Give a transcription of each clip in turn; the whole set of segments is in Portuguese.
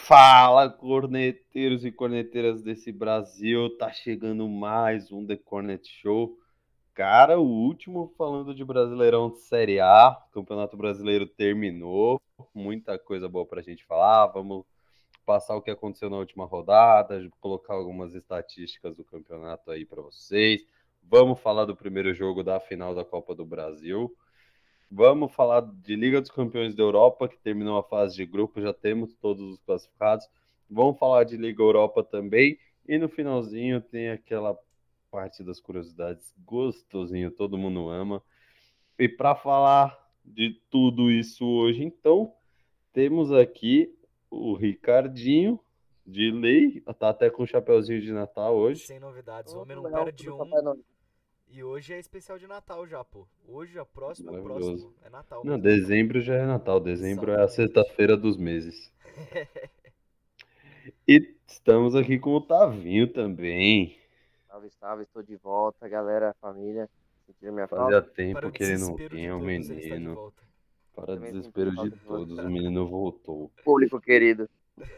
Fala, corneteiros e corneteiras desse Brasil, tá chegando mais um The Cornet Show. Cara, o último falando de Brasileirão de Série A, o Campeonato Brasileiro terminou, muita coisa boa pra gente falar. Vamos passar o que aconteceu na última rodada, colocar algumas estatísticas do campeonato aí pra vocês. Vamos falar do primeiro jogo da final da Copa do Brasil. Vamos falar de Liga dos Campeões da Europa, que terminou a fase de grupo, já temos todos os classificados. Vamos falar de Liga Europa também. E no finalzinho tem aquela parte das curiosidades gostosinho, todo mundo ama. E para falar de tudo isso hoje, então, temos aqui o Ricardinho, de lei, tá até com o chapeuzinho de Natal hoje. Sem novidades, o Ô, homem não Léo, perde do um. Papai Noel. E hoje é especial de Natal já, pô. Hoje, a próximo, é o Maravilhoso. próximo. É Natal Não, mesmo. dezembro já é Natal, dezembro é a Exatamente. sexta-feira dos meses. E estamos aqui com o Tavinho também. Salve, salve, estou de volta, galera, família. Sentiram minha Fazia falta? Para tempo o que ele não desespero de vinha, o todos, ele está de menino. volta. Para Também senti desespero de falta de todos, você. o menino voltou. Público querido.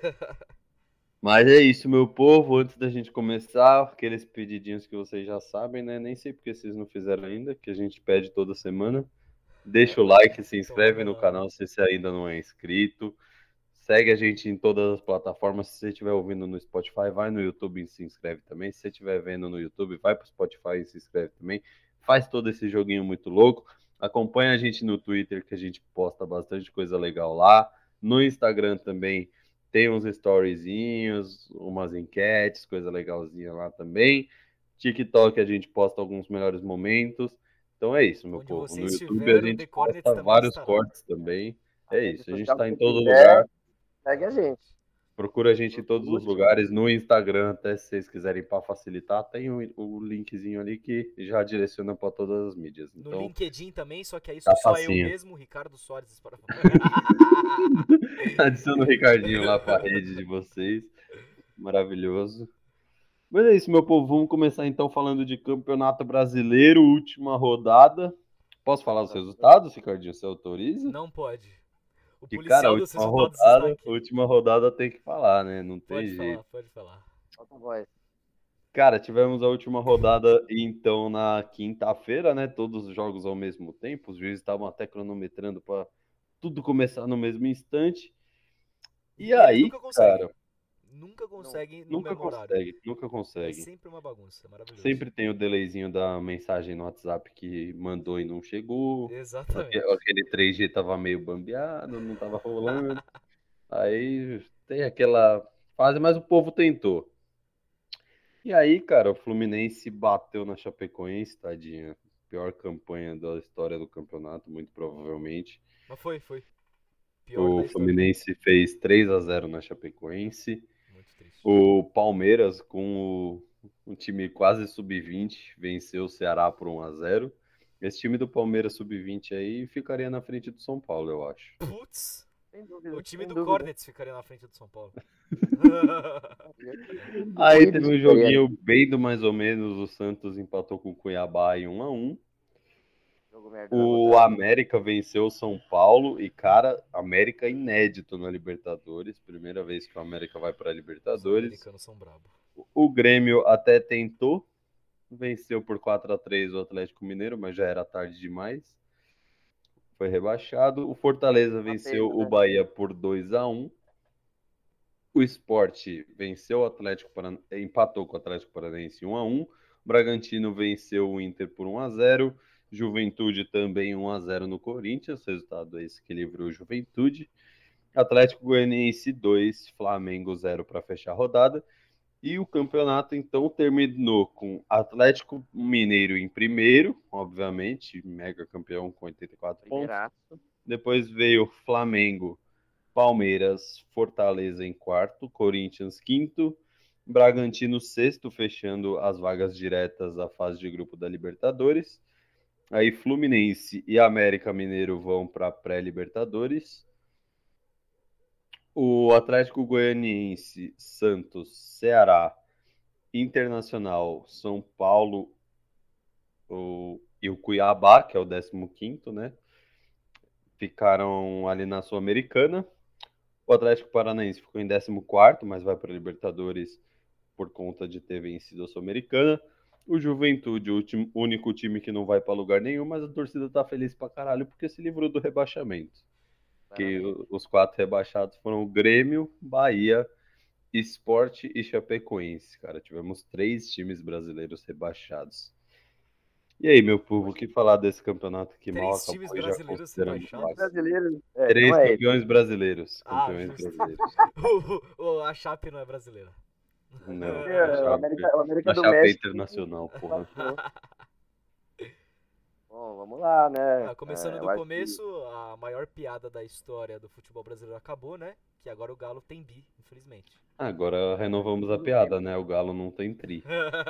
Mas é isso, meu povo. Antes da gente começar, aqueles pedidinhos que vocês já sabem, né? Nem sei porque vocês não fizeram ainda, que a gente pede toda semana. Deixa o like, se Tomar inscreve no banana. canal se você ainda não é inscrito. Segue a gente em todas as plataformas. Se você estiver ouvindo no Spotify, vai no YouTube e se inscreve também. Se você estiver vendo no YouTube, vai pro Spotify e se inscreve também. Faz todo esse joguinho muito louco. Acompanha a gente no Twitter, que a gente posta bastante coisa legal lá. No Instagram também tem uns storyzinhos, umas enquetes, coisa legalzinha lá também. TikTok a gente posta alguns melhores momentos. Então é isso, meu Onde povo. você No YouTube a estiver, o The gente Cornets posta também vários estará. cortes também. A É rede isso, a gente social está que em você todo quiser, lugar. segue a gente. Procura a gente em todos os Curte. lugares, no Instagram, até se vocês quiserem para facilitar, tem o linkzinho ali que já direciona para todas as mídias. No Então, LinkedIn também, só que aí sou tá só eu facinho. mesmo, Ricardo Soares. Adiciona o Ricardinho lá para a rede de vocês. Maravilhoso. Mas é isso, meu povo. Vamos começar então falando de Campeonato Brasileiro, última rodada. Posso falar os resultados, Ricardinho? Você autoriza? Não pode. O Que, cara, policial dos resultados está a aqui. última rodada tem que falar, né? Não tem Pode jeito. falar, pode falar. Solta a voz. Cara, tivemos a última rodada então na quinta-feira, né? Todos os jogos ao mesmo tempo. Os juízes estavam até cronometrando para tudo começar no mesmo instante. E E eles aí, nunca conseguem. cara, Nunca Não. conseguem no mesmo horário. nunca É consegue. sempre uma bagunça. Maravilhoso. Sempre tem o delayzinho da mensagem no WhatsApp que mandou e não chegou. Exatamente. Aquele 3G tava meio bambeado, não tava rolando. Aí tem aquela fase, mas o povo tentou. E aí, cara, o Fluminense bateu na Chapecoense, tadinha. Pior campanha da história do campeonato, muito provavelmente. Mas foi. Pior O da história. Fluminense fez 3-0 na Chapecoense. Muito triste. O Palmeiras, com o time quase sub-20, venceu o Ceará por 1-0. Esse time do Palmeiras sub-20 aí ficaria na frente do São Paulo, eu acho. Putz! Sem O dúvida, time sem do dúvida. Cornets ficaria na frente do São Paulo. Aí Distribuído teve isso um aí, joguinho bem do mais ou menos. O Santos empatou com o Cuiabá em 1-1. jogo merda da O rodada. América venceu o São Paulo e, cara, América inédito na Libertadores. Primeira vez que o América vai para a Os Libertadores. americanos são brabo. O Grêmio até tentou, venceu por 4-3 o Atlético Mineiro, mas já era tarde demais. Foi rebaixado. O Fortaleza Uma venceu perda, o né? Bahia por 2-1. O Sport venceu o Atlético empatou com o Atlético Paranaense 1-1. O Bragantino venceu o Inter por 1-0. Juventude também 1-0 no Corinthians, resultado esse que livrou o Juventude. Atlético Goianiense 2, Flamengo 0 para fechar a rodada. E o campeonato então terminou com Atlético Mineiro em primeiro, obviamente, mega campeão com 84 pontos. Primeiraço. Depois veio Flamengo, Palmeiras, Fortaleza em quarto, Corinthians quinto, Bragantino sexto, fechando as vagas diretas à fase de grupo da Libertadores. Aí Fluminense e América Mineiro vão para a pré-Libertadores. O Atlético Goianiense, Santos, Ceará, Internacional, São Paulo e o Cuiabá, que é o 15º, né? Ficaram ali na Sul-Americana. O Atlético Paranaense ficou em 14º, mas vai para a Libertadores por conta de ter vencido a Sul-Americana. O Juventude, o único time que não vai para lugar nenhum, mas a torcida tá feliz pra caralho porque se livrou do rebaixamento. Que Claramente. os 4 rebaixados foram o Grêmio, Bahia, Sport e Chapecoense, cara. Tivemos 3 times brasileiros rebaixados. E aí, meu povo, o que falar desse campeonato que mal 3 times acabou e já brasileiros consideramos Os rebaixados. fácil? brasileiros, não 3 é esse. campeões brasileiros. Ah, Campeões justo. brasileiros. A Chape não é brasileira. Não, Porque a o América a do Chape é México internacional, porra. passou. Bom, vamos lá, né? Começando Eu do acho que começo, a maior piada da história do futebol brasileiro acabou, né? Que agora o Galo tem bi, infelizmente. Agora renovamos a piada, né? O Galo não tem tri.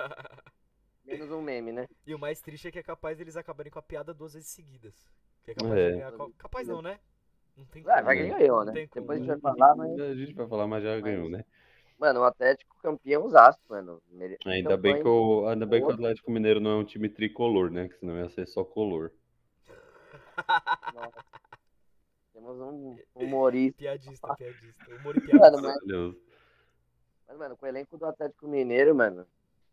menos um meme, né? E o mais triste é que é capaz deles acabarem com a piada 2 vezes seguidas. Que é capaz de É. ganhar. Capaz não, né? Não tem Vai como. ganhar, Não né? tem como. Depois a gente vai falar, mas, A gente vai falar, mas já ganhou, né? mano, o Atlético campeãozaço, mano. Ainda bem que o Atlético Mineiro não é um time tricolor, né? Que senão ia ser só color. Nossa, temos um humorista. Piadista. Humor e piada. Mano, Maravilhoso. mano, com o elenco do Atlético Mineiro, mano,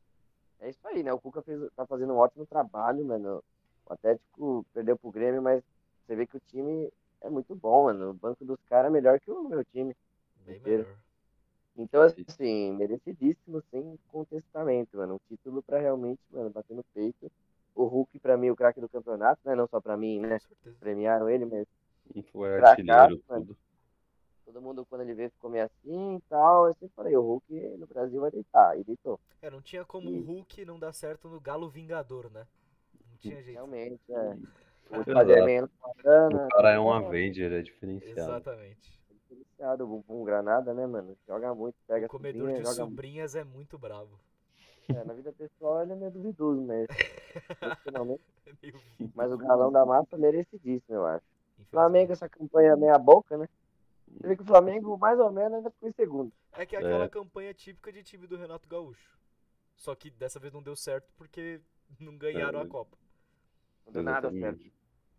é isso aí, né? O Cuca tá fazendo um ótimo trabalho, mano. O Atlético perdeu pro Grêmio, mas você vê que o time é muito bom, mano. O banco dos caras é melhor que o meu time Bem inteiro. melhor. Então, assim, merecidíssimo, sem contestamento, mano. Um título pra realmente, mano, bater no peito. O Hulk, pra mim, o craque do campeonato, né? Não só pra mim, né? Com certeza. Premiaram ele, mas Foi cracaço, artilheiro, mano. tudo. Todo mundo, quando ele veio, ficou meio assim e tal. Eu sempre falei, o Hulk no Brasil vai deitar. E deitou. Não tinha como o Hulk não dar certo no Galo Vingador, né? Não tinha jeito. Realmente, é. O Exato. Spider-Man O cara é um Avenger, é diferenciado. Exatamente. diferenciado. O Bumbum Granada, né, mano? Joga muito, pega O comedor sobrinha, de joga muito. sobrinhas é muito bravo. Na vida pessoal ele é meio duvidoso, mas profissionalmente. É meio vi. Mas o galão da massa merecidíssimo, eu acho. Infelizmente. Flamengo, essa campanha meia boca, né? Você vê que o Flamengo, mais ou menos, ainda ficou em segundo. É que é aquela campanha típica de time do Renato Gaúcho. Só que dessa vez não deu certo porque não ganharam a Copa. Não deu nada certo. Exatamente.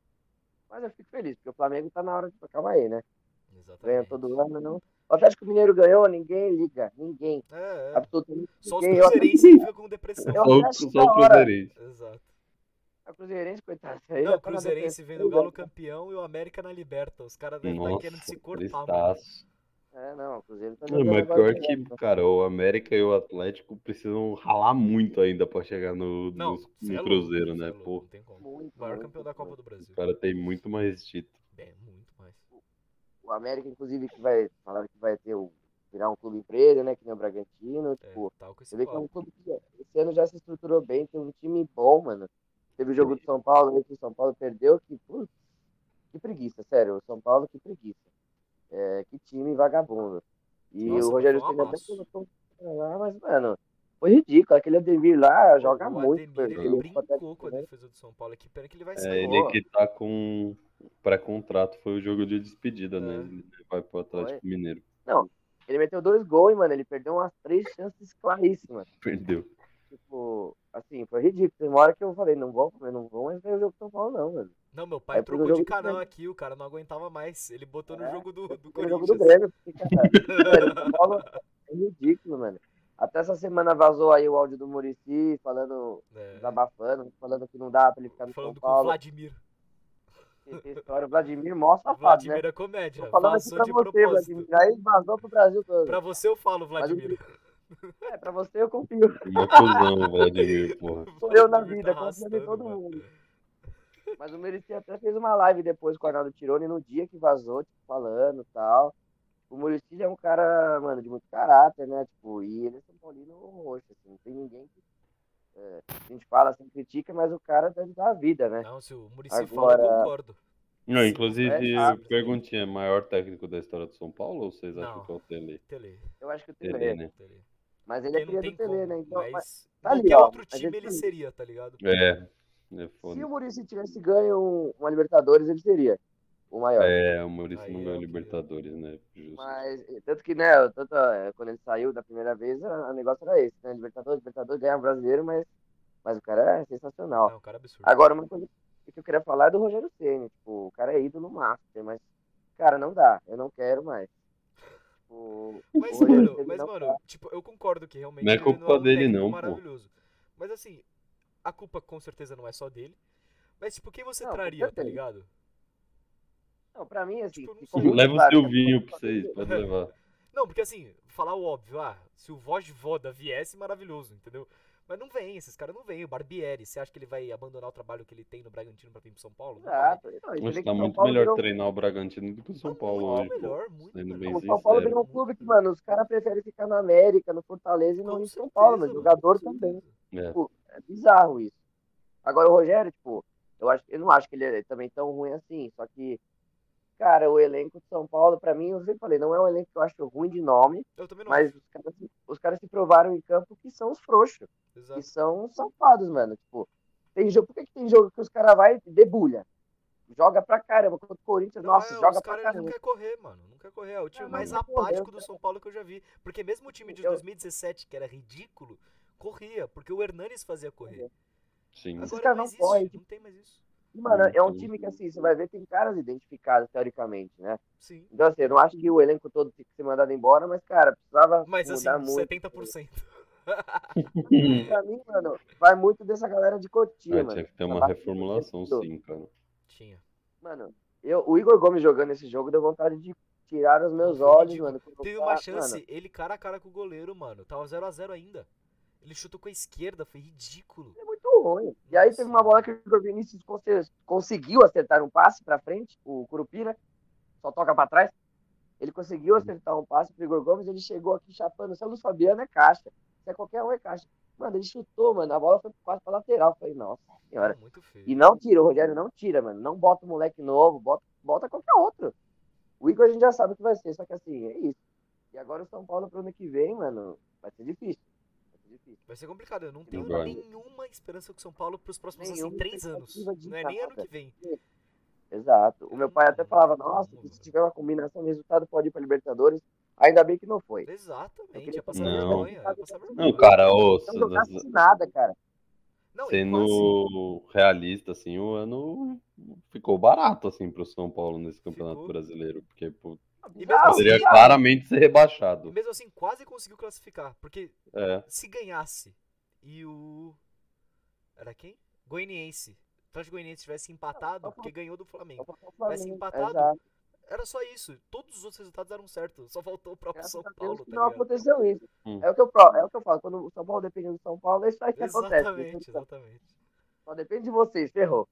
Mas eu fico feliz, porque o Flamengo tá na hora de calma aí, né? Ganha Exatamente. todo ano, não. O Atlético Mineiro ganhou, ninguém liga. Ninguém. É. Absolutamente Só os ninguém. Eu até cruzeirenses queria. que ficam com depressão. Eu Só, até acho só da o hora. Cruzeirense. Exato. A Cruzeirense, coitado. Aí Não, já o tá na Cruzeirense depressão, vendo o né? Galo campeão e o América na Liberta. Os caras devem estar querendo se Nossa, cortar, mano. tristaço. Não, o Cruzeiro tá Não, jogando mas agora. pior que, cara, o América e o Atlético precisam ralar muito ainda pra chegar Não, no cê é Cruzeiro, louco, cê né? é louco, Pô, não tem como. Muito, O maior muito, campeão da Copa do o Brasil. cara tem muito mais título. Bem, muito mais. O América, inclusive, que vai falar que vai ter virar um clube empresa, né? Que nem o Bragantino. Tipo, Tal com esse você vê que é um papo. clube que esse ano já se estruturou bem, tem um time bom, mano. Teve o jogo de São Paulo, aí que o São Paulo perdeu, que, putz, que preguiça, sério. O São Paulo, que preguiça. Que time vagabundo. E Nossa, o mas Rogério foi um Ceni até amasso. colocou lá, mas, mano, foi ridículo. Aquele Ademir lá joga O muito. Ademir, ele brincou com a defesa do São Paulo. Que pena que ele vai sair. Ele que tá com pré-contrato, foi o jogo de despedida, né? É. Ele vai pro Atlético Mineiro. Não, ele meteu 2 gols, mano. Ele perdeu umas 3 chances claríssimas. Perdeu. Tipo, assim, foi ridículo. Tem uma hora que eu falei, não vou mais ver o jogo do São Paulo, não, mano. Não, meu pai Aí depois trocou o de jogo do canal Grêmio. aqui, o cara não aguentava mais. Ele botou no jogo do Foi o jogo do Corinthians. Grêmio, porque, cara, sério, o São Paulo é ridículo, mano. Até essa semana vazou aí o áudio do Muricy falando, desabafando, falando que não dá pra ele ficar no São Falando com o Paulo. Vladimir. Que história, o Vladimir mó safado, Vladimir né? é comédia. Tô falando aqui Vazou pra de você, propósito. Vladimir. Aí vazou pro Brasil todo. Pra você eu falo, Mas Vladimir. pra você eu confio. Uma cuzão, o Vladimir, porra. Sou eu na Vladimir vida, tá confio em arrastando, todo mano. mundo. Mas o Muricy até fez uma live depois com o Arnaldo Tironi no dia que vazou, tipo, falando e tal. O Muricy é um cara, mano, de muito caráter, né? Tipo, e ele é São Paulino roxo, assim. Não tem ninguém que. A gente fala assim, critica, mas o cara deve dar a vida, né? Não, se o Muricy fala, eu Agora, concordo. Não, inclusive, simplesmente. perguntinha, maior técnico da história do São Paulo ou vocês acham Não. que é o Tele? Tele. eu acho que o Tele, Tele. né? Mas ele é Porque não cria tem do Tele, como. né? Então, Mas tá ali, qualquer ó. outro A time gente ele seria, tá ligado? É Se foda. o Muricy tivesse ganho uma Libertadores, ele seria o maior. O Maurício Aí não é ganhou o que- Libertadores, né? Justo. Mas, tanto que, né, quando ele saiu da primeira vez, o negócio era esse, né? Libertadores, ganhava brasileiro, mas o cara é sensacional. Não, o cara é absurdo. Agora, uma coisa que eu queria falar é do Rogério Ceni. Tipo, o cara é ídolo master, mas, cara, não dá. Eu não quero mais. O Mas, Rogério mano, Ceni mas, não mano, tipo, eu concordo que realmente Não é ele não é culpa um dele, técnico não, pô. maravilhoso. Mas assim, a culpa com certeza não é só dele. Mas, tipo, quem você Não, com traria, tá certeza. ligado? Não, pra mim, assim, Tipo, eu não ficou sei. muito Leva o claro que a culpa Silvinho pra só vocês, dele. pode levar. Não, porque assim, falar o óbvio, se o Vojvoda viesse, maravilhoso, entendeu? Mas não vem, esses caras não vêm. O Barbieri, você acha que ele vai abandonar o trabalho que ele tem no Bragantino pra vir pro São Paulo? Não vai. Exato. Não, e você Acho vê que que tá o São muito Paulo melhor virou. treinar o Bragantino do que o São Mas Paulo muito hoje, pô. melhor, muito Sendo melhor. bem O São Paulo sincero. virou um clube que, mano, os caras preferem ficar no América, no Fortaleza e não Com em São Paulo, mas certeza, mano, com jogador também. certeza. É. Tipo, é bizarro isso. Agora o Rogério, tipo, eu não acho que ele é também tão ruim assim, só que, cara, o elenco de São Paulo, pra mim, eu sempre falei, não é um elenco que eu acho ruim de nome, Eu também não mas acho. os caras se provaram em campo que são os frouxos, que Exato. são safados, mano. Tipo, tem jogo, por que tem jogo que os caras vai e debulha? Joga pra caramba, contra o Corinthians, Não nossa, é, os joga pra caras eles não caramba. querem correr, mano. Não quer correr. É o time Não mais quer correr, apático do São Paulo que eu já vi. Porque mesmo o time de eu, 2017, que era ridículo, corria. Porque o Hernanes fazia correr. Sim. esses Agora caras não não correm, existe. tipo, Não tem mais isso. e, mano, é um Muito. time que, assim, você vai ver, tem caras identificados, teoricamente, né? Sim. Então, assim, eu não acho que o elenco todo tem que ser mandado embora, mas, cara, precisava Mas mudar assim, muito. 70%. Pra mim, mano, vai muito dessa galera de Cotia, Ah, mano. tinha que ter Essa uma base de Cotia reformulação, mudou. sim, cara. Tinha. Mano, o Igor Gomes jogando esse jogo deu vontade de tirar os Não, meus foi olhos, ridículo. mano. Quando o Teve uma cara- mano, chance, ele cara a cara com o goleiro, mano. Tava 0x0 ainda. Ele chutou com a esquerda, foi ridículo. é muito ruim. E aí teve uma bola que o Igor Vinícius conseguiu acertar um passe pra frente, o Curupira, só toca pra trás. Ele conseguiu acertar um passe pro Igor Gomes, ele chegou aqui chapando. Se é o Luiz Fabiano, é caixa. Se é qualquer um, é caixa. Mano, ele chutou, mano. A bola foi quase pra lateral. Eu falei, nossa Não, senhora. muito E feio. não tira, o Rogério não tira, mano. Não bota o moleque novo, bota qualquer outro. O Igor a gente já sabe o que vai ser, só que assim, é isso. E agora o São Paulo pro ano que vem, mano, vai ser difícil. Vai ser difícil. Vai ser complicado. Eu não Não tenho vai Vai. ter nenhuma esperança com o São Paulo pros próximos, assim, nenhuma 3 anos. expectativa de Não é nem ano nada. que vem. Exato. O meu pai até falava, nossa, Como, que se velho. tiver uma combinação de resultado pode ir pra Libertadores. Ainda bem que não foi. Eu Exatamente, queria ia que passar tivesse Não. vergonha. Ia classificado passar Não, vergonha. cara, ô, não jogasse nada, cara. Não, e quase. sendo realista, assim, o ano ficou barato, assim, pro São Paulo nesse Campeonato Ficou. Brasileiro, porque pô, E mesmo Bizarro, assim, poderia bizarro. claramente ser e rebaixado. mesmo assim quase conseguiu classificar. Porque É, se ganhasse e o. Era quem? Goianiense. O Atlético Goianiense tivesse empatado, porque ganhou do Só Flamengo. faltou o Tivesse Flamengo. empatado, Exato. era só isso. Todos os outros resultados eram certos. Só faltou o próprio Graças São a Deus Paulo, que tá não ligado? aconteceu isso. hum, É o que eu falo. Quando o São Paulo depende do São Paulo, é isso aí que acontece. Exatamente, exatamente. Só depende de vocês, ferrou.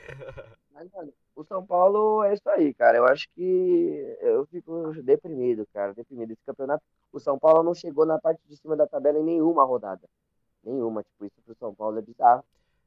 Mas, mano, o São Paulo é isso aí, cara. Eu acho que eu fico deprimido, cara. Deprimido. Esse campeonato, o São Paulo não chegou na parte de cima da tabela em nenhuma rodada. Nenhuma. Tipo, isso pro São Paulo é bizarro.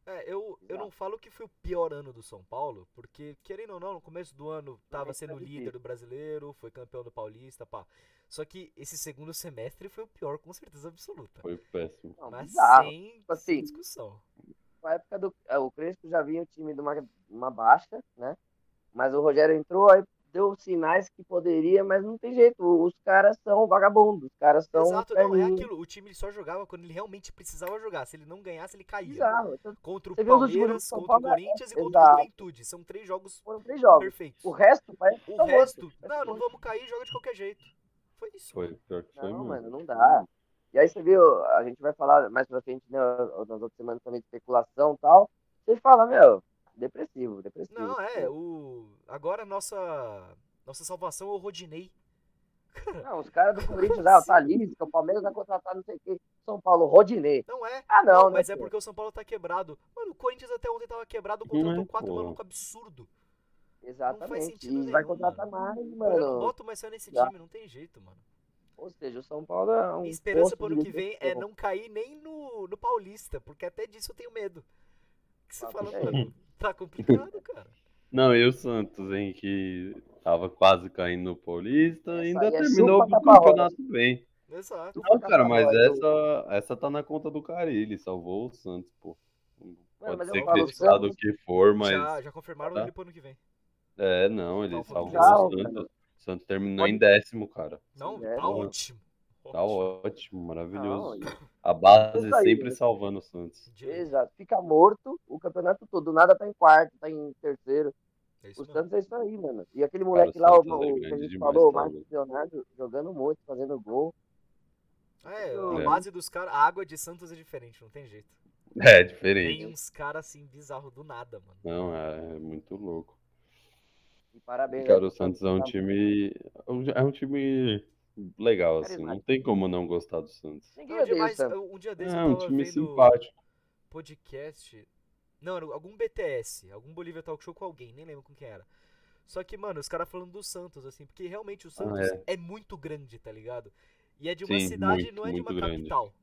Eu não Bizarro. falo que foi o pior ano do São Paulo, porque, querendo ou não, no começo do ano tava Também sendo foi líder difícil. do brasileiro, foi campeão do Paulista, pá. Só que esse segundo semestre foi o pior, com certeza absoluta. foi péssimo. Não, Mas bizarro. sem, Tipo sem assim, discussão. na época do. O Crespo já vinha o time de uma baixa, né? Mas o Rogério entrou, aí deu sinais que poderia, mas não tem jeito. Os caras são vagabundos, os caras são Exato, não, é perninha. aquilo. O time só jogava quando ele realmente precisava jogar. Se ele não ganhasse, ele caía. Bizarro. Então, Contra o você vê os últimos jogos do Palmeiras, São contra o Paulo, Corinthians e contra o exato. Juventude. São 3 jogos Foram 3 jogos. perfeitos. O resto parece que O tá morto. resto, Parece não morto. vamos cair, joga de qualquer jeito. Foi isso, Foi mano. pior que foi Não, mesmo. mano, não dá. E aí você viu, a gente vai falar mais pra frente, né, nas outras semanas também de especulação e tal. Você fala, meu, depressivo, depressivo. Não, Tipo, agora nossa salvação é o Rodinei. não, os caras do Corinthians, Como o Talisca, o Palmeiras vai contratar não sei o que, São Paulo, Rodinei. Não é. Ah, não, né, Mas é pô? porque o São Paulo tá quebrado. Mano, o Corinthians até ontem tava quebrado, Não contratou é, 4 pô. maluco absurdo. Não faz Exatamente. sentido E vai nenhum, contratar mano. mais, Eu já não mano. boto mais fé nesse Já. time, não tem jeito, mano. Ou seja, o São Paulo é Minha um esperança posto pro de ano que vem é decepção. não cair nem no Paulista, porque até disso eu tenho medo. Que você Papo fala, é mano, tá complicado, cara. Não, e o Santos, hein, que tava quase caindo no Paulista, Essa ainda aí é terminou chupa o capa-roda. campeonato bem. Exato. Chupa Não, cara, mas capa-roda. essa tá na conta do Carille, salvou o Santos, pô. Mano, Pode mas eu ser falo, o criticado o Santos que for, Já, mas. já confirmaram Tá? ele pro ano que vem. É, não, Tá ele um pouquinho salvou o bizarro, decente. Santos. mano. O Santos terminou em Pode 10º, cara. Não, ser, tá Porra, ótimo. tá Ótimo. ótimo, não, maravilhoso. e- A é base isso aí, sempre mano. salvando o Santos. De lei. Exato. Fica morto o campeonato todo. Do nada tá em quarto, tá em terceiro. É isso O mesmo. Santos é isso aí, mano. E aquele Cara, moleque o lá, Santos é que a grande gente demais, falou, o tá Marcos louco. Leonardo, jogando muito, fazendo gol. A É. base dos caras, a água de Santos é diferente, não tem jeito. É Vem diferente. uns caras assim bizarros do nada, mano. Não, é muito louco. E parabéns aí Cara, o pro Santos. Santos é um time legal, assim. Não Carismático. tem como não gostar do Santos. Não, Ninguém odeia o Santos. um dia desse eu É um tava time vendo simpático. podcast. Não, era algum BTS, algum Bolívia Talk Show com alguém, nem lembro com quem era. Só que, mano, os caras falando do Santos, assim, porque realmente o Ah, Santos é. é muito grande, tá ligado? E é de uma Sim, cidade, muito, não é de muito uma grande. capital.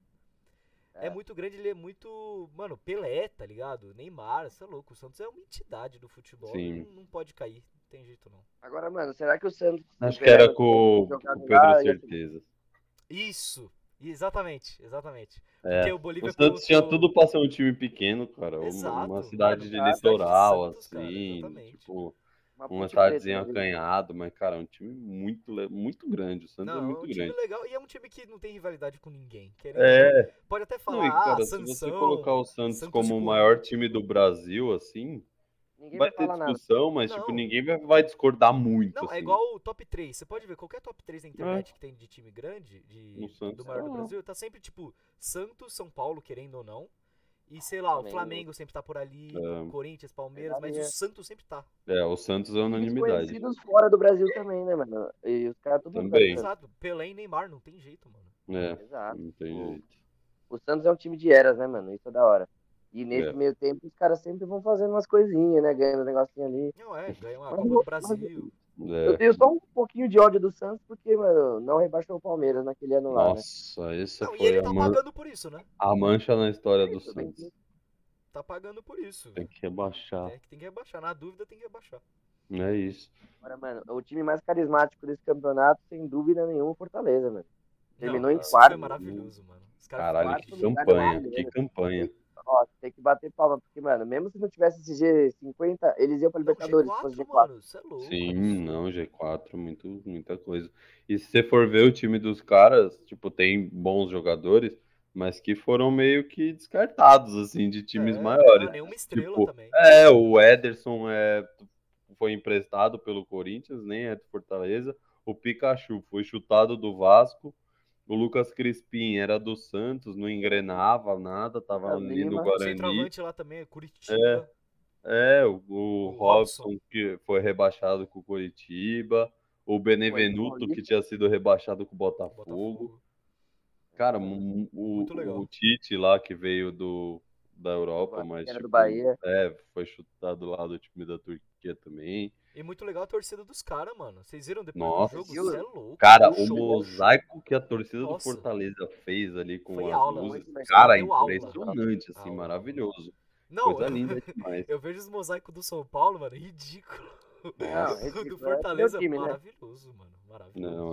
É É. muito grande, ele é muito. Mano, Pelé, tá ligado? Neymar, você é louco. O Santos é uma entidade do futebol e Sim. não pode cair. Não tem jeito não. Agora, mano, será que o Santos, se o Acho que Pelé era não tivesse com jogado o Pedro lá, ia ser... Certeza. Isso! Exatamente, exatamente. Porque É. o O Bolívia Santos tinha colocou. tudo pra ser um time pequeno, cara. Uma Exato, mano. cidade de Uma cidade de litoral, Santos, cara, assim. exatamente. Tipo, uma uma ponte preta cidadezinha da vida. acanhada, mas, cara, é um time muito grande. O Santos é Não, é muito um time grande. legal e é um time que não tem rivalidade com ninguém. Querendo ou não, É. pode até Não, e, falar, cara, se você colocar Sansão, o Santos Santos de como o maior Corinthians. time do Brasil, assim, Ninguém vai vai ter falar nada. discussão, mas, tipo, Não, ninguém vai discordar muito, não, é assim. igual o top 3. Você pode ver qualquer top 3 na É, internet que tem de time grande, no do Santos tá maior do lá. Brasil, tá sempre tipo Santos, São Paulo, querendo ou não. E sei lá, o Flamengo. Flamengo sempre tá por ali, Corinthians, Palmeiras, mas o Verdade, Santos sempre tá. O Santos é e times unanimidade. conhecidos fora do Brasil também, né, mano? E os caras tudo no Também. Santos. Exato, Pelé e Neymar, não tem jeito, mano. Exato. Não tem jeito. O Santos é um time de eras, né, mano? Isso é da hora. E nesse É. meio tempo, os caras sempre vão fazendo umas coisinhas, né? Ganhando um negocinho ali. Não ganhou a Mas, Copa do mas Brasil. eu É. tenho só um pouquinho de ódio do Santos, porque, mano, não rebaixou o Palmeiras naquele ano lá, né? Nossa, essa Não, e foi ele tá pagando por isso, né? a mancha na história do Isso, bem Santos. Tá pagando por isso. Tem que rebaixar. É que tem que rebaixar. Na dúvida, tem que rebaixar. Não é isso. Agora, mano, o time mais carismático desse campeonato, sem dúvida nenhuma, o Fortaleza, mano. Terminou em Isso quarto. foi maravilhoso, mano. Os caras Caralho, quarto que lugar campanha. brasileiro. Que campanha. Ó, tem que bater palma, porque, mano, mesmo se não tivesse esse G50, eles iam pra Não, Libertadores, se fosse G4, G4. mano, você é louco. Sim, absurdo. não, G4, muita coisa. E se você for ver o time dos caras, tipo, tem bons jogadores, mas que foram meio que descartados, assim, de times maiores. Nenhuma estrela Tipo, também. o Ederson foi emprestado pelo Corinthians, nem é do Fortaleza. O Pikachu foi chutado do Vasco. O Lucas Crispim era do Santos, não engrenava nada, tava Lucas ali no Lima. O Guarani. centroavante lá também é Curitiba. O O Robson. Robson, que foi rebaixado com o Coritiba. O Foi Benevenuto, que Paulista. tinha sido rebaixado com o Botafogo. Botafogo. Cara, Muito legal. o Tite lá, que veio da Europa, Que mas, era do tipo, Bahia. foi chutado lá do time da Turquia também. E muito legal a torcida dos caras, mano. Vocês viram depois Nossa. do jogo? Viu? Você é louco. Cara, Show. o mosaico que a torcida do Nossa. Fortaleza fez ali com Foi as aula. luzes, Muito legal. cara, Deu aula. impressionante, assim, Aula. maravilhoso. Não, Coisa linda demais. eu vejo os mosaicos do São Paulo, mano, ridículo. Não, O ridículo. do É Fortaleza, meu time, né? maravilhoso, mano. Maravilhoso. Não,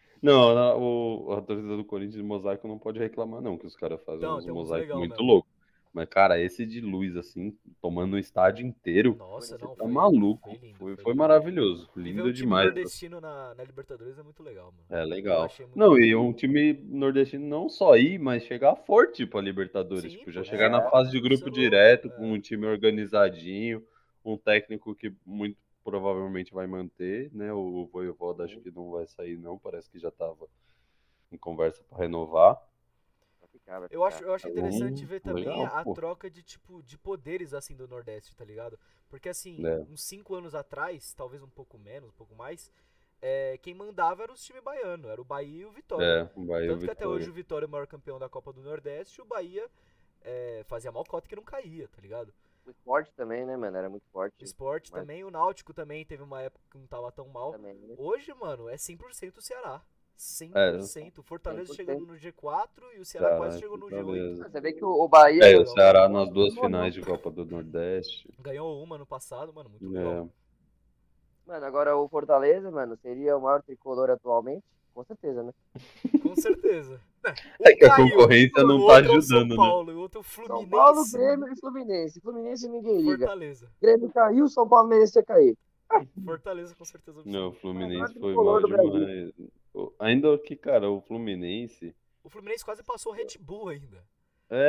Não, a torcida do Corinthians de mosaico não pode reclamar, não, que os caras fazem Não, uns tem uns mosaicos legal muito mesmo. loucos. Mas, cara, esse de luz, assim, tomando o estádio inteiro, Nossa, não, tá foi maluco. Foi lindo. Foi lindo. maravilhoso. E ver Lindo um time demais. nordestino na Libertadores é muito legal, mano. É Eu legal. achei muito Não, legal. e um time nordestino não só ir, mas chegar forte pra Libertadores. Sim, Tipo, pô, já chegar na é, fase de você grupo é louco. direto, com um time organizadinho, um técnico que muito provavelmente vai manter, né? O Vojvoda acho que não vai sair, não. Parece que já tava em conversa pra renovar. Vai ficar, vai Eu ficar. acho interessante ver também Legal, a pô. troca de tipo de poderes assim do Nordeste, tá ligado? Porque assim, É. uns 5 anos atrás, talvez um pouco menos, um pouco mais, quem mandava era os time baiano, era o Bahia e o Vitória. O Bahia e o Tanto que até Vitória. hoje o Vitória é o maior campeão da Copa do Nordeste e o Bahia fazia mal cota que não caía, tá ligado? O esporte também, né, mano? Era muito forte. O esporte Mas também, o Náutico também teve uma época que não tava tão mal. também, né? Hoje, mano, é 100% o Ceará. 100%. O Fortaleza 100%. chegando no G4 e o Ceará quase chegou no G8. Fortaleza. Você vê que o Bahia. O legal. Ceará nas duas finais de Copa do Nordeste. Ganhou uma no passado, mano, muito legal. Mano, agora o Fortaleza, mano, seria o maior tricolor atualmente? Com certeza, né? Com certeza. É que a Caiu, concorrência não o tá outro é o São ajudando, né? Paulo, o outro é o São Fluminense. Paulo, Grêmio e Fluminense. Fluminense ninguém liga. Fortaleza. Grêmio caiu, São Paulo merecia cair. Fortaleza com certeza. Não, o absoluta. Fluminense foi tricolor mal do Brasil. demais. Ainda que, cara, o Fluminense. O Fluminense quase passou o Red Bull ainda.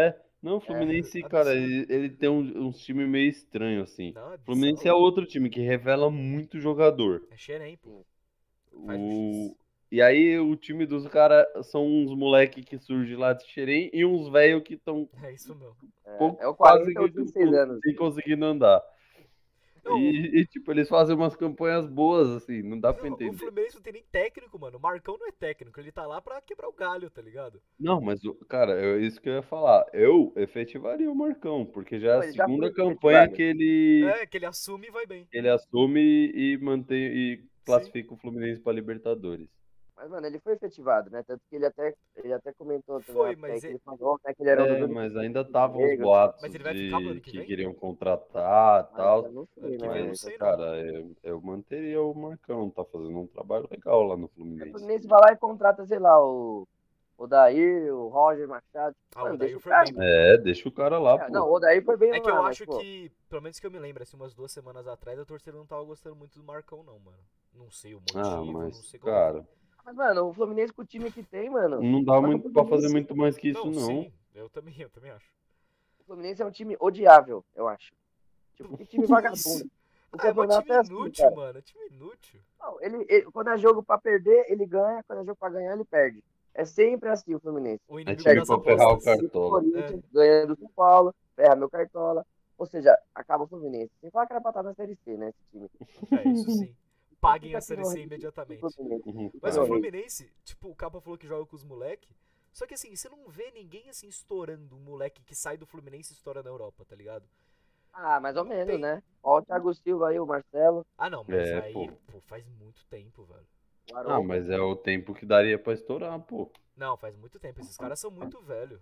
Não, o Fluminense, É cara, absurdo. ele tem uns times meio estranho assim. Não, é O Fluminense é bizarro. outro time que revela muito jogador. É xerém, pô. Sim. Faz no O... X. E aí o time dos caras são uns moleque que surge lá de Xerém e uns velho que estão É isso mesmo. É o quase 40 ou 16 anos. sem conseguindo andar. Não, Tipo, eles fazem umas campanhas boas, assim, não dá pra não, o entender. Fluminense não tem nem técnico, mano. O Marcão não é técnico, ele tá lá pra quebrar o galho, tá ligado? Não, mas, cara, é isso que eu ia falar. Eu efetivaria o Marcão, porque já é Não, a ele já foi segunda campanha efetivado. É, que ele assume e vai bem. ele assume e mantém e Sim. classifica o Fluminense pra Libertadores. Mas, mano, ele foi efetivado, né? Tanto que ele até comentou também Foi, até mas, que ele falou, né, que ele era um dos É, únicos mas ainda do estavam os negro. mas boatos ele vai ficar pro ano de que que vem? queriam contratar e Mas eu tal. não Ano sei, que vem eu não né? Mas, sei, não. cara, eu manteria o Marcão, tá fazendo um trabalho legal lá no O Fluminense. Fluminense vai lá e contrata, sei lá, o Dair, o Roger Machado. Ah, o Mano, deixa Odair o foi cara. bem, pô. É, deixa o cara lá, Não, pô. o Dair foi bem É que eu lá, mas, acho pô. que, pelo menos que eu me lembro, assim, umas 2 semanas atrás, a torcida não tava gostando muito do Marcão, não, mano. Não sei o Ah, motivo, não mas, sei qual que foi. cara, Mas, mano, o Fluminense com o time que tem, mano. não dá Só que o muito pra fazer Fluminense, muito mais que isso, Não, não. sim, eu também acho. o Fluminense é um time odiável, eu acho. Tipo, que time Isso. vagabundo. O Ah, é mó campeonato time é assim, inútil, cara. mano. É time inútil. Não, quando é jogo pra perder, ele ganha. Quando é jogo pra ganhar, ele perde. É sempre assim o Fluminense. O É Ele inimigo time perde das pro pra ferrar o Corinthians, apostas. perde pro Cartola. É. Corinthians, ganha do São Paulo, ferra meu Cartola. Ou seja, acaba o Fluminense. Sem falar que era pra estar na Série C, né, esse time. É, isso sim. Então Paguem fica a aqui Série no C rei do imediatamente. Fluminense. Mas Fica o no Cara, rei. Fluminense, tipo, o Capa falou que joga com os moleque. Só que assim, você não vê ninguém assim estourando um moleque que sai do Fluminense e estoura na Europa, tá ligado? Ah, mais ou Não menos, tem. né? Ó, o Thiago Silva aí, o Marcelo, Ah, não, mas é, aí, pô. pô, faz muito tempo, velho. o Ah, Arouca. mas é o tempo que daria pra estourar, pô. Não, faz muito tempo. Esses caras são muito velhos.